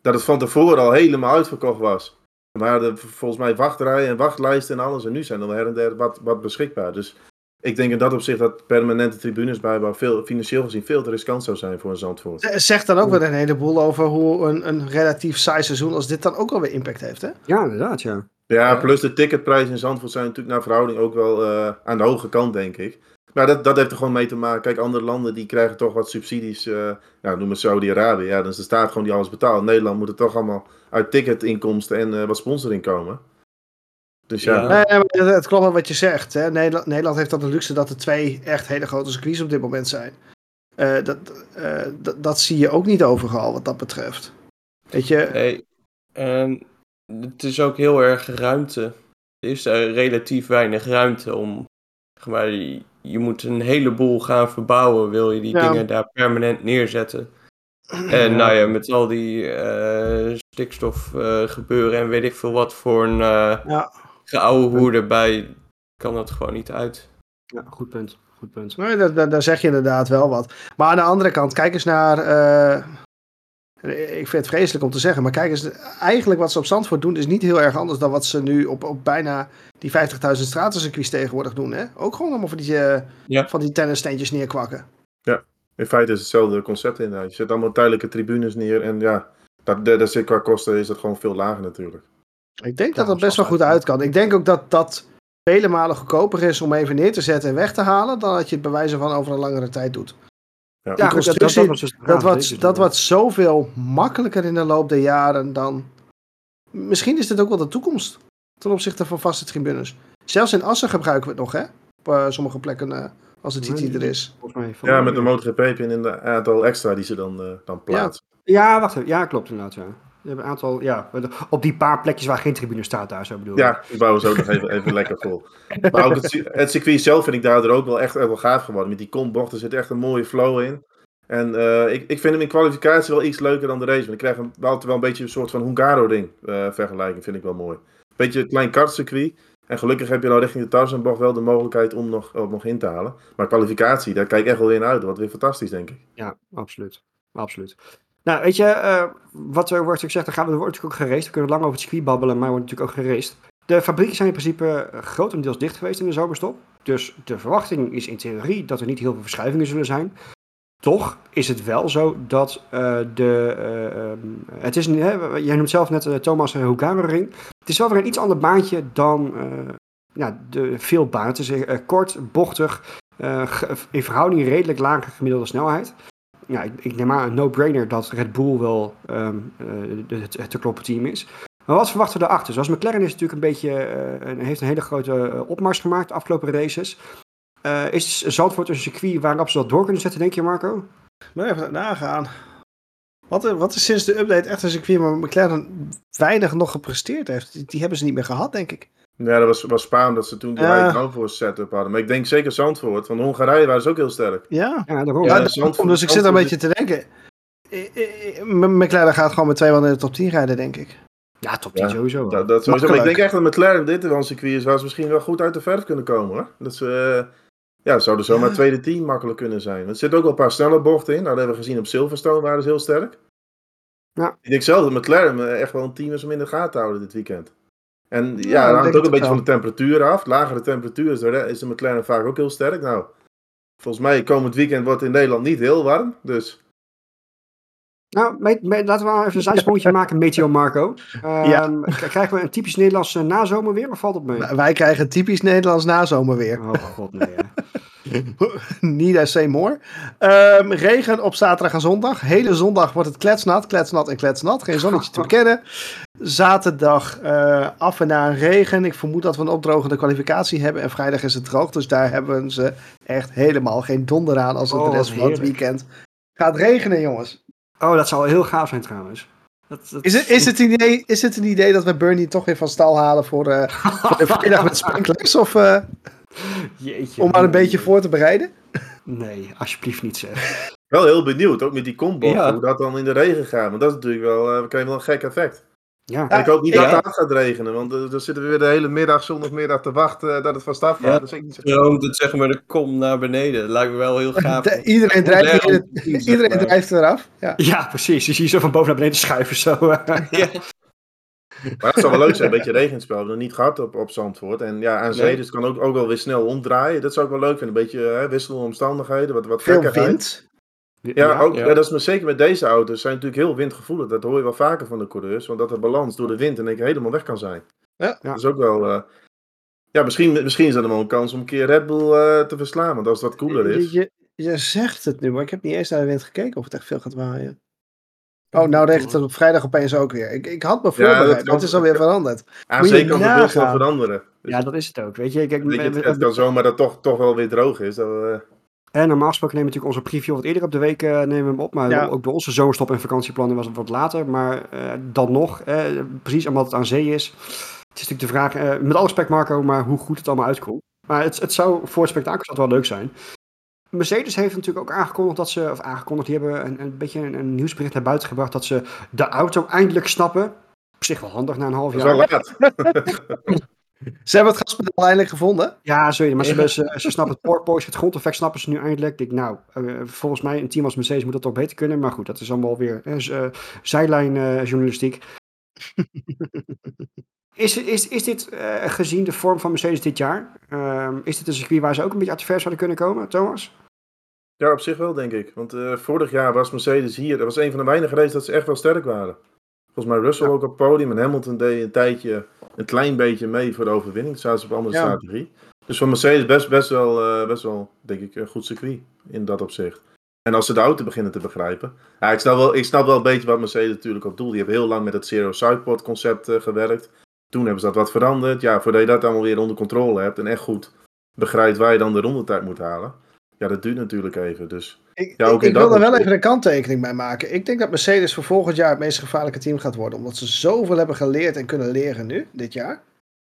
dat het van tevoren al helemaal uitverkocht was. Maar er volgens mij wachtrijen en wachtlijsten en alles. En nu zijn er her en der wat, wat beschikbaar. Dus ik denk in dat opzicht dat permanente tribunes bijbouwen veel, financieel gezien veel te riskant zou zijn voor een Zandvoort. Zegt dan ook weer een heleboel over hoe een, een relatief saai seizoen als dit dan ook alweer impact heeft, hè? Ja, inderdaad, ja. Ja, plus de ticketprijzen in Zandvoort zijn natuurlijk naar verhouding ook wel uh, aan de hoge kant, denk ik. Maar dat, dat heeft er gewoon mee te maken. Kijk, andere landen die krijgen toch wat subsidies. Uh, ja, noem het Saudi-Arabië. Ja, dus de staat gewoon die alles betaalt. Nederland moet het toch allemaal uit ticketinkomsten en uh, wat sponsorinkomen. Dus ja. ja. Nee, maar het klopt wel wat je zegt. Hè? Nederland, Nederland heeft dan de luxe dat er twee echt hele grote circuits op dit moment zijn. Uh, dat, uh, dat, dat zie je ook niet overal wat dat betreft. Weet je? Nee, en het is ook heel erg ruimte. Er is er relatief weinig ruimte om. Maar je, je moet een heleboel gaan verbouwen. Wil je die ja. dingen daar permanent neerzetten? En ja. nou ja, met al die uh, stikstof uh, gebeuren en weet ik veel wat voor een uh, ja. geouwe hoer erbij, kan dat gewoon niet uit. Ja, goed punt. Goed punt. Nee, daar, daar, daar zeg je inderdaad wel wat. Maar aan de andere kant, kijk eens naar... Uh, ik vind het vreselijk om te zeggen, maar kijk eens... Eigenlijk wat ze op Zandvoort doen is niet heel erg anders dan wat ze nu op, op bijna die vijftigduizend stratencircuits tegenwoordig doen. Hè? Ook gewoon allemaal van die, uh, ja. van die tennissteentjes neerkwakken. Ja. In feite is hetzelfde concept inderdaad. Je zet allemaal tijdelijke tribunes neer en ja, dat, dat, dat, qua kosten is dat gewoon veel lager natuurlijk. Ik denk ja, dat dat best wel goed uit kan. Ik denk ook dat dat vele malen goedkoper is om even neer te zetten en weg te halen, dan dat je het bij wijze van over een langere tijd doet. Ja, ja dat, dat, dat, was dus dat, wordt, dat wordt zoveel makkelijker in de loop der jaren dan... Misschien is dit ook wel de toekomst ten opzichte van vaste tribunes. Zelfs in Assen gebruiken we het nog, hè? Op uh, sommige plekken... Uh, Als het nee, er is. Mij, ja, met de MotoGP en de aantal extra die ze dan, uh, dan plaatsen. Ja. ja, wacht even. Ja, klopt inderdaad. Ja. Je hebt een aantal, ja, op die paar plekjes waar geen tribune staat daar, zo bedoel ik. Ja, die bouwen ze ook nog even, even lekker vol. Maar ook het, het circuit zelf vind ik daardoor ook wel echt wel gaaf geworden. Met die kombochten zit echt een mooie flow in. En uh, ik, ik vind hem in kwalificatie wel iets leuker dan de race. Want ik krijg hem wel, wel een beetje een soort van Hungaro-ding uh, vergelijking, vind ik wel mooi. Beetje een klein kartcircuit. En gelukkig heb je nou richting de Tarzanbocht wel de mogelijkheid om nog, om nog in te halen. Maar kwalificatie, daar kijk ik echt wel weer naar uit. Dat wordt weer fantastisch, denk ik. Ja, absoluut. Absoluut. Nou, weet je, uh, wat er wordt gezegd, dan gaan we, er wordt natuurlijk ook geraced. We kunnen lang over het circuit babbelen, maar er wordt natuurlijk ook geraced. De fabrieken zijn in principe grotendeels dicht geweest in de zomerstop. Dus de verwachting is in theorie dat er niet heel veel verschuivingen zullen zijn. Toch is het wel zo dat uh, de... Uh, um, het is, hè, jij noemt zelf net uh, Thomas uh, Hungaro-ring. Het is wel weer een iets ander baantje dan uh, ja, de veel banen. Het is uh, kort, bochtig, uh, ge- in verhouding redelijk lage gemiddelde snelheid. Ja, ik, ik neem aan een no-brainer dat Red Bull wel um, uh, het, het te kloppen team is. Maar wat verwachten we daarachter? Zoals McLaren is natuurlijk een beetje, uh, heeft een hele grote uh, opmars gemaakt de afgelopen races. Uh, is Zandvoort een circuit waarop ze dat door kunnen zetten, denk je, Marco? Maar even nagaan. Wat, wat is sinds de update echt een circuit waar McLaren weinig nog gepresteerd heeft? Die, die hebben ze niet meer gehad, denk ik. Ja, dat was, was Spaan dat ze toen die uh, Downforce setup hadden. Maar ik denk zeker Zandvoort. Van Hongarije waren ze ook heel sterk. Ja, ja daarom. Ja, Zandvoort, dus ik zit er een beetje te denken. McLaren gaat gewoon met twee man in de top tien rijden, denk ik. Ja, top tien ja, sowieso. Dat, dat sowieso. Maar ik denk echt dat McLaren dit wel een circuit is waar ze misschien wel goed uit de verf kunnen komen, hoor. Dat ze... Uh, Ja, zouden zomaar ja. tweede team makkelijk kunnen zijn. Er zitten ook wel een paar snelle bochten in. Nou, dat hebben we gezien op Silverstone, waren ze heel sterk. Ja. Ik denk zelf dat McLaren echt wel een team is om in de gaten te houden dit weekend. En ja, ja dat hangt ook een beetje wel. van de temperatuur af. Lagere temperatuur is de, is de McLaren vaak ook heel sterk. Nou, volgens mij komend weekend wordt het in Nederland niet heel warm, dus... Nou, me, me, laten we wel even een zijsprongetje maken, Meteo Marco. Uh, ja. Krijgen we een typisch Nederlands uh, nazomerweer, of valt het mee? Wij krijgen een typisch Nederlands nazomerweer. Oh god, nee. Niet I say more. Um, regen op zaterdag en zondag. Hele zondag wordt het kletsnat, kletsnat en kletsnat. Geen zonnetje te bekennen. Zaterdag uh, af en na regen. Ik vermoed dat we een opdrogende kwalificatie hebben. En vrijdag is het droog, dus daar hebben ze echt helemaal geen donder aan als het oh, de rest van het weekend gaat regenen, jongens. Oh, dat zou heel gaaf zijn trouwens. Dat, dat... Is, het, is, het idee, is het een idee dat we Bernie toch weer van stal halen voor, uh, voor de vrijdag met sprinklers? Of uh, Jeetje, om maar een nee, beetje nee. voor te bereiden? Nee, alsjeblieft niet zeg. Wel heel benieuwd, ook met die combo, ja. hoe dat dan in de regen gaat. Want dat is natuurlijk wel, uh, we krijgen wel een gek effect. Ja. En ik hoop niet Ja. dat het hard gaat regenen, want uh, dan zitten we weer de hele middag, zondagmiddag te wachten uh, dat het van start gaat. Ja, Dus ik niet zo... stroomt het zeg maar de kom naar beneden. Dat lijkt me wel heel gaaf. De, iedereen drijft, hier het, zien, zeg iedereen maar. drijft eraf. Ja. Ja, precies. Dus je zo van boven naar beneden schuiven. Zo. Ja. Maar het zou wel leuk zijn, een beetje regenspel. We hebben nog niet gehad op, op Zandvoort. En ja, aan zee, Nee. dus het kan ook, ook wel weer snel omdraaien. Dat zou ik wel leuk vinden. Een beetje hè, wisselende omstandigheden, wat, wat Veel gekkigheid. wind. Ja, ook, ja. ja, dat is maar zeker met deze auto's. Zijn natuurlijk heel windgevoelig. Dat hoor je wel vaker van de coureurs. Want dat de balans door de wind in één keer helemaal weg kan zijn. Ja. Dat is ook wel... Uh, ja, misschien, misschien is dat dan wel een kans om een keer Red Bull uh, te verslaan. Want als dat koeler is... Je, je, je zegt het nu, maar ik heb niet eens naar de wind gekeken of het echt veel gaat waaien. Oh, nou regent het op vrijdag opeens ook weer. Ik, ik had me voorbereid, dat kan- maar het is alweer veranderd. Aan Moet je zee kan het best wel nagaan. veranderen. Dus Ja, dat is het ook. Weet je, kijk, weet je, we- het, het we- kan zomaar dat het toch, toch wel weer droog is. Dat we, En normaal gesproken nemen we natuurlijk onze preview wat eerder op de week uh, nemen we hem op. Maar Ja. ook bij onze zomerstop en vakantieplannen was het wat later. Maar uh, dan nog, uh, precies omdat het aan zee is. Het is natuurlijk de vraag, uh, met alle respect Marco, maar hoe goed het allemaal uitkomt. Maar het, het zou voor het spektakel wel leuk zijn. Mercedes heeft natuurlijk ook aangekondigd dat ze, of aangekondigd, die hebben een, een beetje een, een nieuwsbericht naar buiten gebracht dat ze de auto eindelijk snappen. Op zich wel handig na een half dat is jaar. wel laat. Ze hebben het gaspedaal eindelijk gevonden. Ja, sorry, maar ze, ze, ze snappen het porpoise, het grondeffect snappen ze nu eindelijk. Ik denk, nou, uh, volgens mij een team als Mercedes moet dat toch beter kunnen. Maar goed, dat is allemaal weer uh, zijlijnjournalistiek. Uh, is, is, is dit uh, gezien de vorm van Mercedes dit jaar? Uh, is dit een circuit waar ze ook een beetje uit de vers zouden kunnen komen, Thomas? Ja, op zich wel, denk ik. Want uh, vorig jaar was Mercedes hier. Dat was een van de weinige races dat ze echt wel sterk waren. Volgens mij Russell ja. ook op het podium. En Hamilton deed een tijdje een klein beetje mee voor de overwinning. Toen zaten ze op andere ja. strategie. Dus voor Mercedes best, best, wel, uh, best wel, denk ik, een goed circuit in dat opzicht. En als ze de auto beginnen te begrijpen. Ja, ik snap wel, ik snap wel een beetje wat Mercedes natuurlijk op doel. Die hebben heel lang met het Zero Sidepod concept uh, gewerkt. Toen hebben ze dat wat veranderd. Ja, voordat je dat allemaal weer onder controle hebt. En echt goed begrijpt waar je dan de rondetijd moet halen. Ja, dat duurt natuurlijk even. Dus, ik ja, ook ik, ik wil daar wel even een kanttekening bij maken. Ik denk dat Mercedes voor volgend jaar het meest gevaarlijke team gaat worden. Omdat ze zoveel hebben geleerd en kunnen leren nu, dit jaar.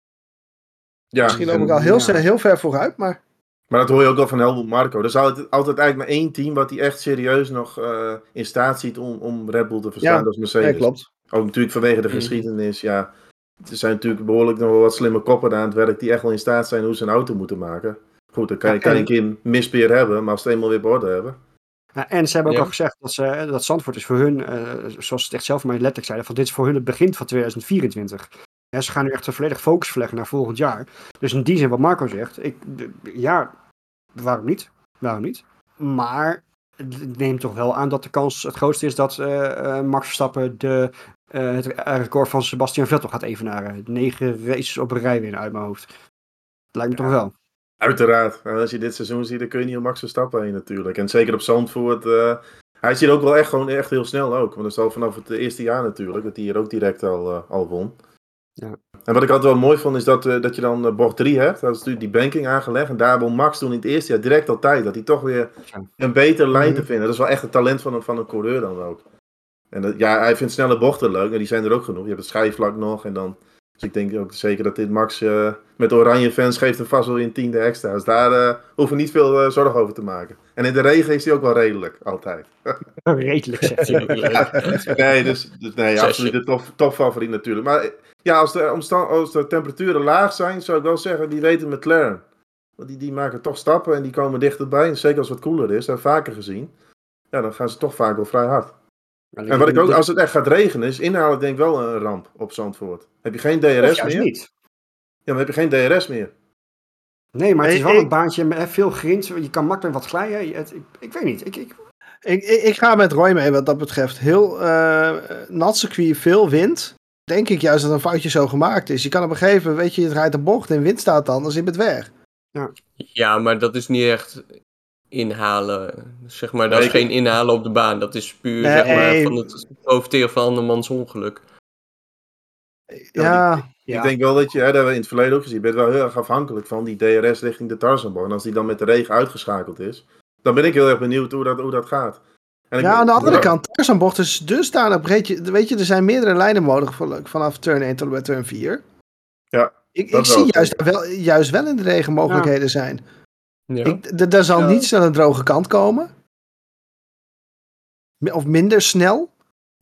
Ja, Misschien loop ik al heel, ja. heel ver vooruit, maar... Maar dat hoor je ook wel van Helmut Marko. Er is altijd, altijd eigenlijk maar één team wat hij echt serieus nog uh, in staat ziet om, om Red Bull te verslaan. Ja, dat is Mercedes. Ja, klopt. Ook natuurlijk vanwege de mm. geschiedenis, ja. Er zijn natuurlijk behoorlijk nog wel wat slimme koppen aan het werk die echt wel in staat zijn hoe ze een auto moeten maken. Goed, dan kan je, kan je een keer een mispeer hebben, maar als ze het eenmaal weer op orde hebben. Ja, en ze hebben ook ja. al gezegd dat, ze, dat Zandvoort is voor hun, uh, zoals ze het echt zelf maar letterlijk zeiden, van dit is voor hun het begin van tweeduizend vierentwintig. Ja, ze gaan nu echt een volledig focus verleggen naar volgend jaar. Dus in die zin wat Marco zegt, ik, ja, waarom niet? Waarom niet? Maar het neemt toch wel aan dat de kans het grootste is dat uh, uh, Max Verstappen de, uh, het record van Sebastian Vettel gaat evenaren. Negen races op een rij winnen uit mijn hoofd. Dat lijkt me ja. toch wel. Uiteraard. Als je dit seizoen ziet, dan kun je niet op Max Verstappen heen natuurlijk. En zeker op Zandvoort. Uh, hij is hier ook wel echt, gewoon echt heel snel ook. Want dat is al vanaf het eerste jaar natuurlijk. Dat hij hier ook direct al, uh, al won. Ja. En wat ik altijd wel mooi vond is dat, uh, dat je dan uh, bocht drie hebt. Dat is natuurlijk die banking aangelegd. En daar won Max toen in het eerste jaar direct al tijd. Dat hij toch weer een betere lijn te vinden. Dat is wel echt het talent van een, van een coureur dan ook. En dat, ja, hij vindt snelle bochten leuk. En die zijn er ook genoeg. Je hebt het schijfvlak nog. En dan... Dus ik denk ook zeker dat dit Max uh, met oranje fans geeft hem vast wel weer een tiende extra. Dus daar uh, hoeven we niet veel uh, zorgen over te maken. En in de regen is hij ook wel redelijk, altijd. Redelijk, zegt hij. Ja, nee, dus, dus nee, absoluut de top, topfavoriet natuurlijk. Maar ja, als de, omstand, als de temperaturen laag zijn, zou ik wel zeggen, die weten McLaren. Want die, die maken toch stappen en die komen dichterbij. En zeker als het wat koeler is, dat hebben we vaker gezien. Ja, dan gaan ze toch vaak wel vrij hard. En wat ik ook, als het echt gaat regenen, is inhalen denk ik wel een ramp op Zandvoort. Heb je geen D R S meer? Niet. Ja, dan heb je geen D R S meer. Nee, maar het is wel een baantje met veel grind. Je kan makkelijk wat glijden. Het, ik, ik weet niet. Ik, ik... Ik, ik, ik ga met Roy mee wat dat betreft. Heel uh, nat circuit, veel wind. Denk ik juist dat een foutje zo gemaakt is. Je kan op een gegeven moment, weet je, je draait de bocht en wind staat dan, dan zit het weg. Ja. ja, maar dat is niet echt... inhalen, zeg maar, dat is geen inhalen op de baan, dat is puur nee, zeg maar van het profiteren van andermans ongeluk. Ja, ja ik, ja. ik denk wel dat je, hè, dat hebben we in het verleden ook gezien, je bent wel heel erg afhankelijk van die D R S richting de Tarzanbocht. En als die dan met de regen uitgeschakeld is, dan ben ik heel erg benieuwd hoe dat, hoe dat gaat. En ja, ik, aan de andere ja. kant, Tarzanbocht is dusdanig breed, je, weet je, er zijn meerdere lijnen mogelijk vanaf turn één tot en met turn vier. Ja. Ik, ik zie juist wel, juist wel in de regen mogelijkheden ja. zijn. Ja. Ik, d- er zal ja. niet snel een droge kant komen. Of minder snel.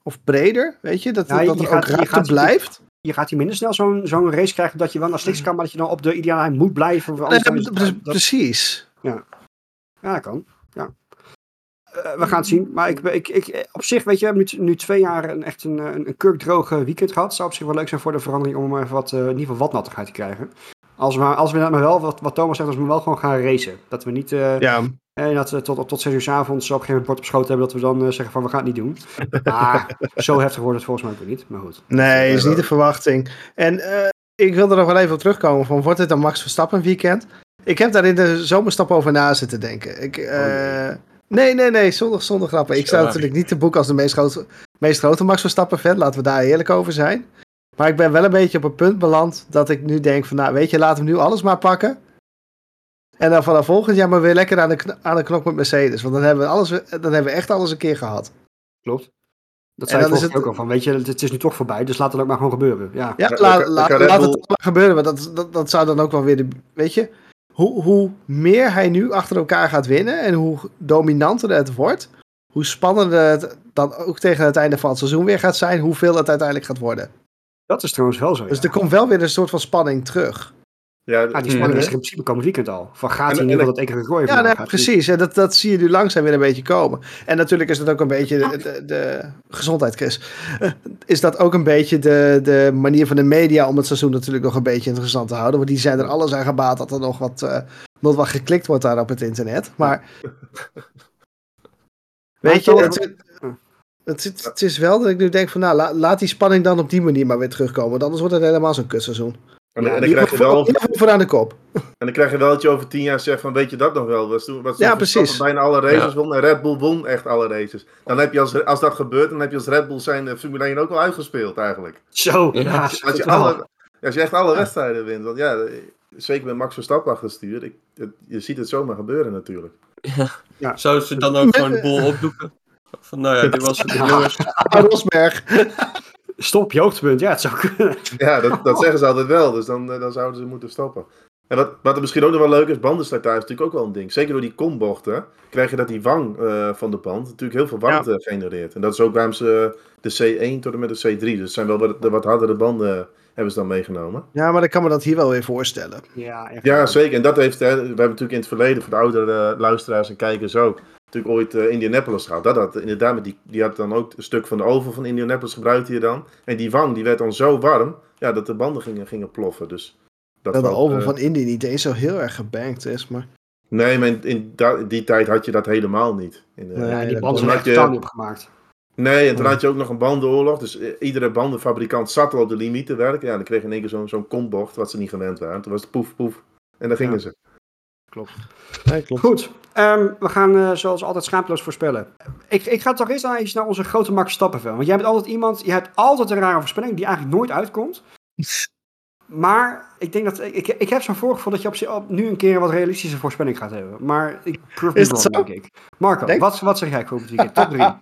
of breder, weet je? Dat, Ja, dat je er gaat- ook je ruimte gaat- blijft. Je gaat hier minder snel zo'n zo'n race krijgen dat je wel naar slicks kan, maar dat je dan op de ideale lijn moet blijven. of anders Nee, dan is het- pre- dat- precies. Ja, dat kan. Ja. Eh, we gaan het zien. Maar ik, ik, ik, op zich, weet je, we hebben nu, nu twee jaar een, echt een, een, een kurkdroge weekend gehad. Het zou op zich wel leuk zijn voor de verandering om even wat, uh, in ieder geval wat nattigheid te krijgen. Als we, als we maar wel, wat, wat Thomas zegt, als we wel gewoon gaan racen. Dat we niet uh, Ja. eh, dat we tot, tot zes uur 's avonds op een gegeven moment bord op schoot hebben. Dat we dan uh, zeggen van we gaan het niet doen. Maar zo heftig wordt het volgens mij ook weer niet. Maar goed. Nee, is niet de verwachting. En uh, ik wil er nog wel even op terugkomen van wordt dit een Max Verstappen weekend? Ik heb daar in de zomerstap over na zitten denken. Ik, uh, oh, nee, nee, nee, zonder, zonder grappen. Ik sta natuurlijk niet te boek als de meest grote, meest grote Max Verstappen fan. Laten we daar eerlijk over zijn. Maar ik ben wel een beetje op een punt beland dat ik nu denk van, nou weet je, laten we nu alles maar pakken. En dan vanaf volgend jaar maar weer lekker aan de, kn- aan de knop met Mercedes. Want dan hebben, we alles, dan hebben we echt alles een keer gehad. Klopt. Dat zei en je dan is het ook al van, weet je, het, het is nu toch voorbij, dus laat het ook maar gewoon gebeuren. Ja, ja, Ja, la, dan la, kan Red laat Bull- het maar gebeuren. Want dat, dat, dat zou dan ook wel weer de, weet je, hoe, hoe meer hij nu achter elkaar gaat winnen en hoe dominanter het wordt, hoe spannender het dan ook tegen het einde van het seizoen weer gaat zijn, hoeveel het uiteindelijk gaat worden. dat is trouwens wel zo. Dus Ja. er komt wel weer een soort van spanning terug. Ja, Ah, die spanning is er in principe komend weekend al. Van gaat hij En- in en- ieder geval dat één keer gooien? Ja, nee, precies. En dat, dat zie je nu langzaam weer een beetje komen. En natuurlijk is dat ook een beetje de, de, de gezondheid, Chris. Is dat ook een beetje de, de manier van de media om het seizoen natuurlijk nog een beetje interessant te houden. Want die zijn er alles aan gebaat dat er nog wat, uh, nog wat geklikt wordt daar op het internet. Maar weet je, het, het, het, het is wel dat ik nu denk van nou, la, laat die spanning dan op die manier maar weer terugkomen. Want anders wordt het helemaal zo'n kutseizoen. En, Ja, en dan Die krijg je voor, wel, voor, voor aan de kop. en dan krijg je wel dat je over tien jaar zegt van weet je dat nog wel? Was toen, was toen Ja, Verstappen precies. bijna alle races Ja. won en Red Bull won echt alle races. Dan heb je als, als dat gebeurt, dan heb je als Red Bull zijn uh, Formule één ook al uitgespeeld eigenlijk. Zo, Ja. ja. Als je, alle, als je echt alle wedstrijden wint. Want ja, zeker met Max Verstappen achter het stuur. Ik, het, je ziet het zomaar gebeuren natuurlijk. Ja. Ja. Zouden ze dan ook gewoon de boel opdoeken? Van nou ja, dit was het, jongens. Rosberg. Stop op je hoogtepunt, ja, het zou kunnen. Ja, dat, dat zeggen ze altijd wel. Dus dan, dan zouden ze moeten stoppen. En wat, wat er misschien ook nog wel leuk is, bandenslijtage is natuurlijk ook wel een ding. Zeker door die kombochten krijg je dat die wang uh, van de band natuurlijk heel veel warmte ja. genereert. En dat is ook waarom ze de C één tot en met de C drie. Dus het zijn wel wat, de wat hardere banden hebben ze dan meegenomen. Ja, maar ik kan me dat hier wel weer voorstellen. Ja, echt ja zeker. En dat heeft, hè, we hebben natuurlijk in het verleden voor de oudere uh, luisteraars en kijkers ook natuurlijk ooit uh, Indianapolis gehad. Dat had inderdaad, met die, die had dan ook een stuk van de oven van Indianapolis gebruikt hier dan. En die wang die werd dan zo warm ja, dat de banden gingen, gingen ploffen. Dus dat dat de valt, oven uh, van Indy niet eens zo heel erg gebankt is, maar... Nee, maar in, in da- die tijd had je dat helemaal niet. In de, Nee, ja, die dat banden kon- zijn echt had je- totaal niet opgemaakt. Nee, en toen had je ook nog een bandenoorlog. Dus uh, iedere bandenfabrikant zat al op de limiet te werken. Ja, dan kreeg je in één keer zo'n, zo'n kombocht wat ze niet gewend waren. Toen was het poef, poef. En dan gingen Ja. ze. Klopt. Nee, klopt. Goed, um, we gaan uh, zoals altijd schaamteloos voorspellen. Ik, ik ga toch eens naar, eens naar onze grote Max Verstappen fan. Want jij bent altijd iemand, je hebt altijd een rare voorspelling die eigenlijk nooit uitkomt. Maar ik denk dat, ik, ik heb zo'n voorgevoel dat je op, op nu een keer een wat realistische voorspelling gaat hebben. Maar ik proef Is niet dat wrong, zo? denk ik. Marco, Denk- wat, wat zeg jij voor het weekend? Top drie.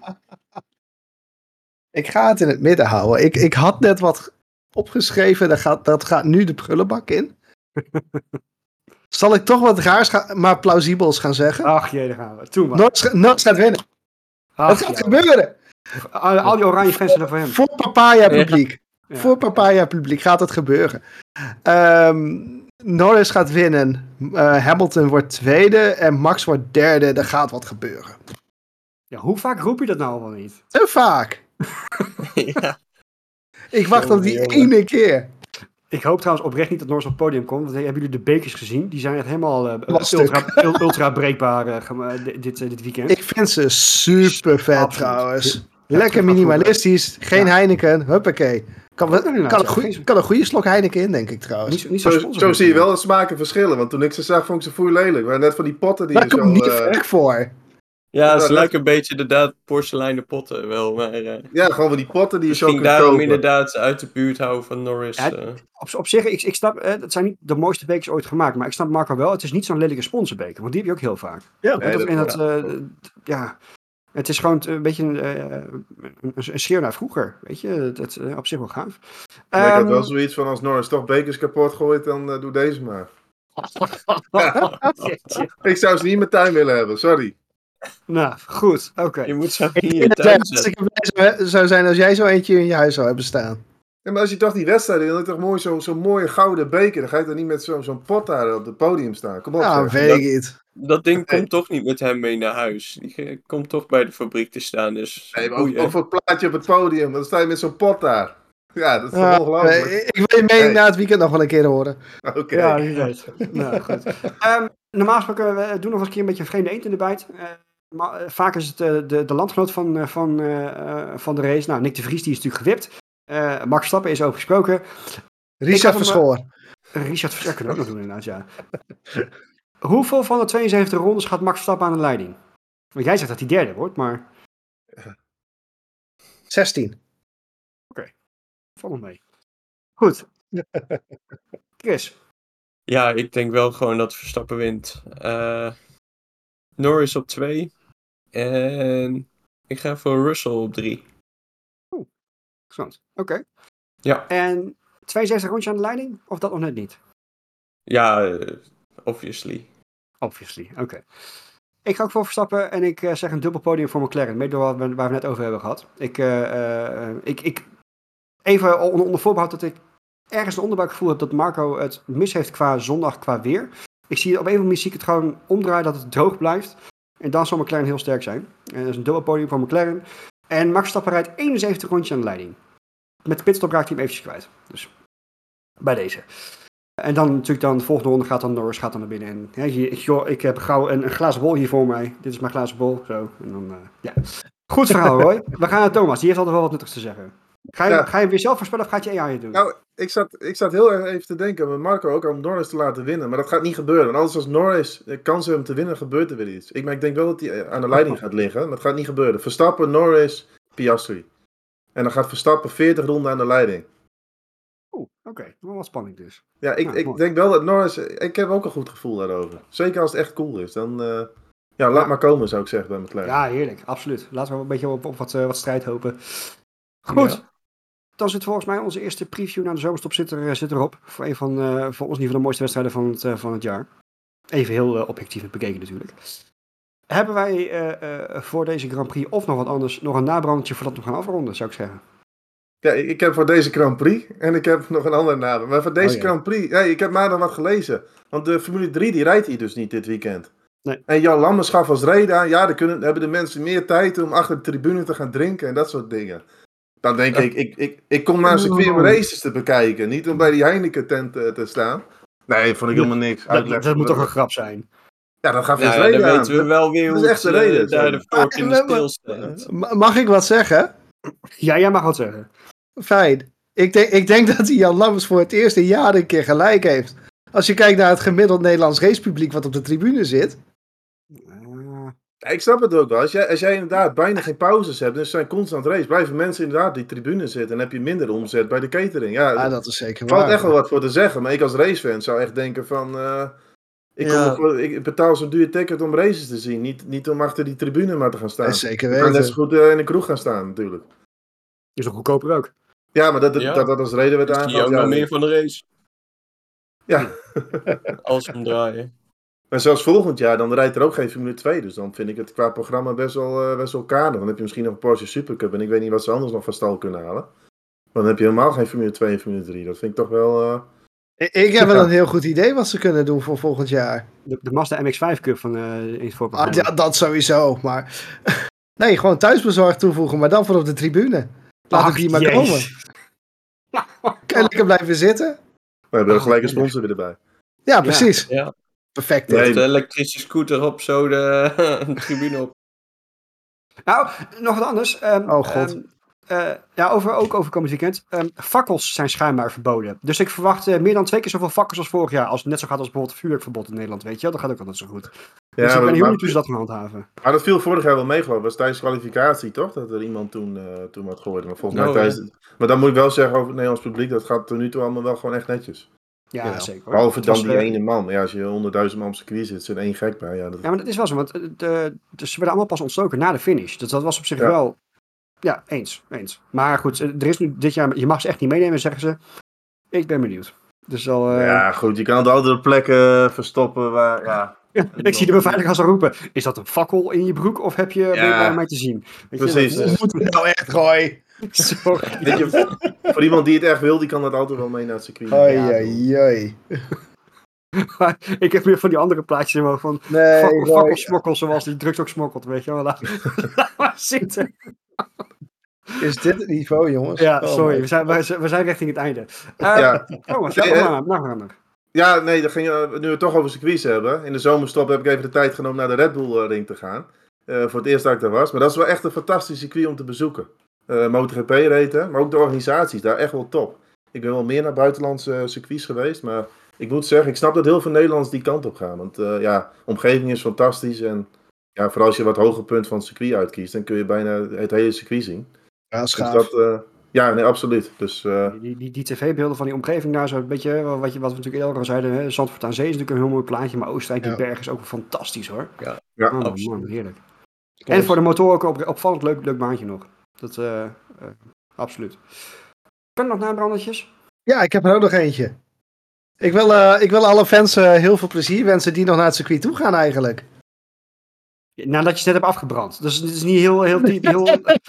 Ik ga het in het midden houden. Ik, ik had net wat opgeschreven, dat gaat, dat gaat nu de prullenbak in. Zal ik toch wat raars, gaan, maar plausibels gaan zeggen? Ach jee, daar gaan we. Toen maar. Norris, Norris gaat winnen. Ach, Het gaat ja. gebeuren. Al, al die oranje fans zijn er voor hem. Voor papaya publiek. Ja. Voor papaya publiek gaat het gebeuren. Um, Norris gaat winnen. Uh, Hamilton wordt tweede. En Max wordt derde. Er gaat wat gebeuren. Ja, hoe vaak roep je dat nou al wel niet? Te vaak. Ja. Ik wacht op die Jongen, ene keer. Ik hoop trouwens oprecht niet dat Norris op het podium komt. Want hebben jullie de bekers gezien? Die zijn echt helemaal uh, Lastig. ultra, ul- ultra breekbaar uh, gema- dit, uh, dit weekend. Ik vind ze super vet Absoluut. trouwens. Ja, Lekker terug minimalistisch. Geen Ja. Heineken. Huppakee. Kan, Ja, inderdaad, kan, een ja. goeie, Geen- kan een goede slok Heineken in, denk ik trouwens. Niet, zo- niet zo, Zo, sponsor- zo zie je wel de smaken verschillen. Want toen ik ze zag, vond ik ze foei lelijk. Maar net van die potten die Daar je zo... komt niet uh, ver voor. Ja, Ja, ze dat- lijken een beetje inderdaad porseleinen potten wel, maar uh, ja, gewoon van die potten die je zo misschien kunt daarom kopen. inderdaad uit de buurt houden van Norris. Ja, uh. op, op zich, ik, ik snap, eh, het zijn niet de mooiste bekers ooit gemaakt. Maar ik snap Marco wel, het is niet zo'n lelijke sponsorbeker. Want die heb je ook heel vaak. Ja, Nee, En dat, dat en dat, klopt. eh, ja, het is gewoon een beetje een, uh, een, een schreeuw naar vroeger. Weet je, dat is uh, op zich wel gaaf. Maar ik had Ehm, wel zoiets van als Norris toch bekers kapot gooit, dan uh, doe deze maar. Ik zou ze niet in mijn tuin willen hebben, sorry. Nou, goed. Oké. Okay. Je moet zo Ik in je denk dat tuin jij zetten. hartstikke blij zou- zou zijn als jij zo eentje in je huis zou hebben staan. Ja, maar als je toch die wedstrijd wil, dan heb je toch mooi zo'n zo mooie gouden beker. Dan ga je toch niet met zo'n zo'n pot daar op het podium staan. Kom op, Nou, zeg. weet ik niet. Dat ding Nee. komt toch niet met hem mee naar huis. Die eh, komt toch bij de fabriek te staan, dus Nee, maar ook, boeien. ook voor het plaatje op het podium. Dan sta je met zo'n pot daar. Ja, dat is toch Ah, ongelooflijk. eh, ik wil je mening Nee. na het weekend nog wel een keer horen. Oké. Ja, wie weet. Nou, goed. Um, normaal gesproken, we doen nog eens een keer een beetje een vreemde eend in de bijt. Uh, maar, uh, vaak is het uh, de, de landgenoot van, uh, van, uh, van de race. Nou, Nick de Vries, die is natuurlijk gewipt. Uh, Max Verstappen is over gesproken. Richard Verschoor. Uh, Richard Verschoor kunnen we ook nog doen inderdaad, ja. Hoeveel van de tweeënzeventig rondes gaat Max Verstappen aan de leiding? Want jij zegt dat hij derde wordt, maar... zestien. Oké, okay. Val nog mee. Goed. Chris. Ja, ik denk wel gewoon dat Verstappen wint. Uh, Norris op twee. En ik ga voor Russell op drie. Oeh, interessant. Oké. Okay. Ja. En tweeënzestig rondje aan de leiding? Of dat nog net niet? Ja, uh, obviously. Obviously, oké. Okay. Ik ga ook voor Verstappen en ik uh, zeg een dubbel podium voor McLaren. Mede door wat we, waar we net over hebben gehad. Ik, uh, uh, ik, ik even onder, onder voorbehoud dat ik ergens een onderbuikgevoel heb dat Marco het mis heeft qua zondag, qua weer. Ik zie op een of andere manier zie ik het gewoon omdraaien dat het droog blijft. En dan zal McLaren heel sterk zijn. En dat is een dubbel podium voor McLaren. En Max Verstappen rijdt eenenzeventig rondjes aan de leiding. Met de pitstop raakt hij hem eventjes kwijt. Dus bij deze. En dan natuurlijk dan de volgende ronde gaat dan Norris gaat dan naar binnen. En hè, hier, ik, ik heb gauw een, een glazen bol hier voor mij. Dit is mijn glazen bol. Zo. En dan, uh, ja. Goed verhaal, Roy. We gaan naar Thomas. Die heeft altijd wel wat nuttigs te zeggen. Ga je, ja. ga je weer zelf voorspellen of gaat je A I doen? Nou, ik zat, ik zat heel erg even te denken met Marco ook om Norris te laten winnen. Maar dat gaat niet gebeuren. Want anders als Norris kans hebben om te winnen, gebeurt er weer iets. Ik, maar ik denk wel dat hij aan de leiding gaat liggen. Maar het gaat niet gebeuren. Verstappen, Norris, Piastri. En dan gaat Verstappen veertig ronden aan de leiding. Oeh, oké. Okay. Wel wat spanning dus. Ja, ik, nou, ik denk wel dat Norris... Ik heb ook een goed gevoel daarover. Zeker als het echt cool is. Dan... Uh, ja, laat ja. maar komen, zou ik zeggen bij McLaren. Ja, heerlijk. Absoluut. Laten we een beetje op, op wat, uh, wat strijd hopen. Goed. Ja. Dan zit volgens mij onze eerste preview naar de zomerstop zit, er, zit erop. Voor, een van, uh, voor ons niet van de mooiste wedstrijden van het, uh, van het jaar. Even heel uh, objectief bekeken natuurlijk. Hebben wij uh, uh, voor deze Grand Prix of nog wat anders nog een nabrandje voordat we gaan afronden, zou ik zeggen? Ja, ik heb voor deze Grand Prix en ik heb nog een andere nader. Maar voor deze oh, ja. Grand Prix, ja, ik heb maar dan wat gelezen. Want de Formule drie die rijdt hier dus niet dit weekend. Nee. En Jan Lammers gaf als reden aan, ja, dan kunnen, hebben de mensen meer tijd om achter de tribune te gaan drinken en dat soort dingen. Dan denk ja. ik, ik, ik, ik kom naar een circuit om races te bekijken, niet om bij die Heineken tent uh, te staan. Nee, vond ik helemaal niks. Dat, dat, dat moet toch een grap zijn? Ja, dat gaf ja, dus reden dan aan. weten we wel weer hoe dat is echt de het, reden. Uh, daar de vork in de steel staat. Mag ik wat zeggen? Ja, jij mag wat zeggen. Fijn. Ik denk, ik denk dat Jan Lammers voor het eerst in jaren een keer gelijk heeft. Als je kijkt naar het gemiddeld Nederlands racepubliek wat op de tribune zit. Ja, ik snap het ook wel. Als jij, als jij inderdaad bijna geen pauzes hebt, dus zijn constant race, blijven mensen inderdaad die tribune zitten en heb je minder omzet bij de catering. Ja, ja dat is zeker waar. Er valt echt wel wat voor te zeggen, maar ik als racefan zou echt denken van, uh, ik, ja. kom voor, ik betaal zo'n duur ticket om races te zien, niet, niet om achter die tribune maar te gaan staan. Ja, zeker weten. Ik kan net zo goed uh, in de kroeg gaan staan natuurlijk. Is ook goedkoper ook. Ja, maar dat, dat, ja. dat, dat als reden werd aangehaald. Zie je ook ja, nog meer van de race. Ja. Als omdraaien. Maar zelfs volgend jaar, dan rijdt er ook geen Formule twee. Dus dan vind ik het qua programma best wel, uh, best wel kader. Dan heb je misschien nog een Porsche Supercup. En ik weet niet wat ze anders nog van stal kunnen halen. Maar dan heb je helemaal geen Formule twee en Formule drie. Dat vind ik toch wel... Uh... Ik, ik heb wel een heel goed idee wat ze kunnen doen voor volgend jaar. De, de Mazda M X vijf Cup van uh, in het voorprogramma. Ah, ja, dat sowieso. Maar nee, gewoon thuisbezorgd toevoegen. Maar dan voor op de tribune. Laat Ach, die maar jeez. komen. Kan je lekker blijven zitten? We hebben er gelijk een sponsor weer erbij. Ja, precies. Ja. Perfect. Nee, de elektrische scooter op, zo de, de tribune op. Nou, nog wat anders. Um, oh god. Um, uh, ja, over, ook over komend weekend. Um, fakkels zijn schijnbaar verboden. Dus ik verwacht uh, meer dan twee keer zoveel fakkels als vorig jaar. Als het net zo gaat als bijvoorbeeld vuurwerkverbod in Nederland, weet je wel. Dat gaat ook altijd zo goed. Ja, dus ik ben heel benieuwd hoe ze dat gaan handhaven. Maar dat viel vorig jaar wel mee, geloof ik. Dat was tijdens de kwalificatie, toch? Dat er iemand toen, uh, toen wat gooide. Maar volgens no, mij tijdens... Ja. Maar dan moet ik wel zeggen over het Nederlands publiek. Dat gaat tot nu toe allemaal wel gewoon echt netjes. Ja, ja, zeker. Behalve dan die uh, ene man. Ja, als je honderdduizend man op circuit zit, zit er één gek bij. Ja, dat... ja, maar dat is wel zo. Want de, de, de, ze werden allemaal pas ontstoken na de finish. Dus dat was op zich ja. wel... Ja, eens, eens. Maar goed, er is nu dit jaar... Je mag ze echt niet meenemen, zeggen ze. Ik ben benieuwd. Dus al, uh... Ja, goed. Je kan het altijd op plekken verstoppen waar... Ja, Ja, ik zie de beveiliger al roepen. Is dat een fakkel in je broek of heb je ja. ben je bij mij te zien? Weet Precies. Je, dat, uh... moet het nou echt gooien? Sorry. Weet je, voor iemand die het echt wil, die kan dat altijd wel mee naar het circuit. Oei, oei, oei. Ik heb weer van die andere plaatjes in van nee, fakkel, fakkelsmokkel zoals die drukt ook smokkelt, weet je wel. Laat maar zitten. Is dit het niveau, jongens? Ja, oh sorry, we zijn, we, we zijn richting het einde. Uh, ja. Thomas, nee, ja, nou, ja, nee, dan ging, uh, nu we het toch over circuits hebben. In de zomerstop heb ik even de tijd genomen naar de Red Bull Ring te gaan. Uh, voor het eerst dat ik daar was. Maar dat is wel echt een fantastisch circuit om te bezoeken. Uh, MotoGP reten, maar ook de organisaties, daar echt wel top. Ik ben wel meer naar buitenlandse circuits geweest, maar ik moet zeggen, ik snap dat heel veel Nederlanders die kant op gaan. Want uh, ja, de omgeving is fantastisch en ja, vooral als je wat hoger punt van het circuit uitkiest, dan kun je bijna het hele circuit zien. Ja, dat is gaaf. Dus dat, uh, ja, nee, absoluut. Dus, uh... die, die, die tv-beelden van die omgeving daar, zo een beetje, wat, je, wat we natuurlijk eerder al zeiden, hè, Zandvoort aan Zee is natuurlijk een heel mooi plaatje, maar Oostenrijk, die ja. berg is ook fantastisch hoor. Ja, ja oh, absoluut. Man, heerlijk. En voor de motor ook op, opvallend leuk, leuk baantje nog. Dat, uh, uh, absoluut. Kan nog nabrandertjes? Ja, ik heb er ook nog eentje. Ik wil, uh, ik wil alle fans uh, heel veel plezier wensen die nog naar het circuit toe gaan eigenlijk. Nadat je het net hebt afgebrand. Dus het is niet heel... heel, diep, heel...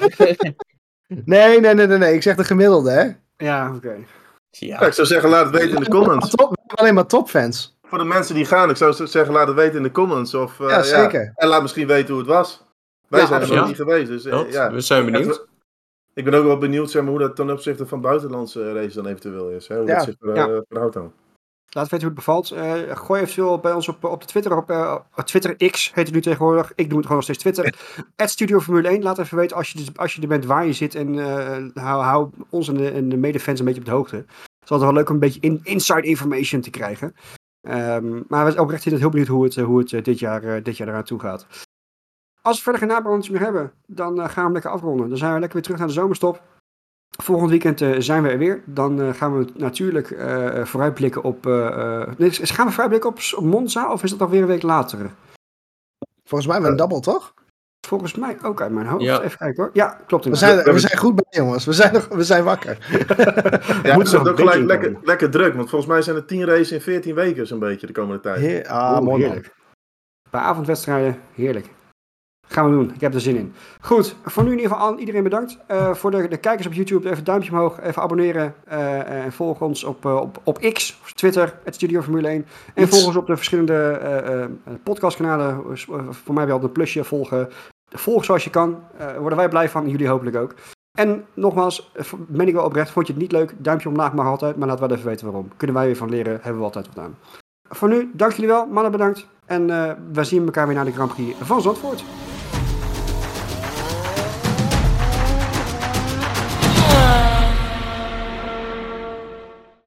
nee, nee, nee, nee, nee. Ik zeg de gemiddelde, hè? Ja, oké. Okay. Ja. Ja, ik zou zeggen, laat het weten in de comments. Top, we hebben alleen maar topfans. Voor de mensen die gaan, ik zou zeggen, laat het weten in de comments. Of, uh, ja, zeker. Ja, en laat misschien weten hoe het was. Wij ja, zijn er nog ja. niet geweest. Dus, uh, ja. We zijn benieuwd. Ik ben ook wel benieuwd zeg maar, hoe dat ten opzichte van buitenlandse races dan eventueel is. Hè? Hoe ja. dat zich uh, ja. verhoudt dan. Laat weten hoe het bevalt. Uh, gooi eventueel bij ons op, op de Twitter. Op uh, Twitter X heet het nu tegenwoordig. Ik doe het gewoon nog steeds Twitter. at Studio Formule één. Laat even weten als je, als je er bent waar je zit. En uh, hou, hou ons en de, en de medefans een beetje op de hoogte. Het is altijd wel leuk om een beetje in, inside information te krijgen. Um, maar we zijn oprecht heel benieuwd hoe het, hoe het uh, dit, jaar, uh, dit jaar eraan toe gaat. Als we verder geen nabranders meer hebben, dan uh, gaan we hem lekker afronden. Dan zijn we lekker weer terug naar de zomerstop. Volgend weekend uh, zijn we er weer. Dan uh, gaan we natuurlijk uh, vooruitblikken op... Uh, uh, nee, gaan we vooruitblikken op, op Monza of is dat alweer een week later? Volgens mij met een double, toch? Volgens mij ook uit mijn hoofd. Ja. Even kijken hoor. Ja, klopt. We zijn, we zijn goed bij jongens. We zijn, nog, we zijn wakker. Ja, het is ook gelijk lekker, lekker druk. Want volgens mij zijn er tien races in veertien weken zo'n beetje de komende tijd. Heer, ah, mooi heerlijk. Bij avondwedstrijden, heerlijk. Gaan we doen. Ik heb er zin in. Goed, voor nu in ieder geval iedereen bedankt. Uh, voor de, de kijkers op YouTube, even duimpje omhoog, even abonneren. Uh, en volg ons op, uh, op, op X, of Twitter, at Studio Formule één. En Iets. volg ons op de verschillende uh, uh, podcastkanalen. Uh, voor mij wel een plusje volgen. Volg zoals je kan. Daar uh, worden wij blij van, jullie hopelijk ook. En nogmaals, ben ik wel oprecht, vond je het niet leuk? Duimpje omlaag mag altijd, maar laat wel even weten waarom. Kunnen wij weer van leren, hebben we altijd wat aan. Voor nu, dank jullie wel, mannen bedankt. En uh, we zien elkaar weer naar de Grand Prix van Zandvoort.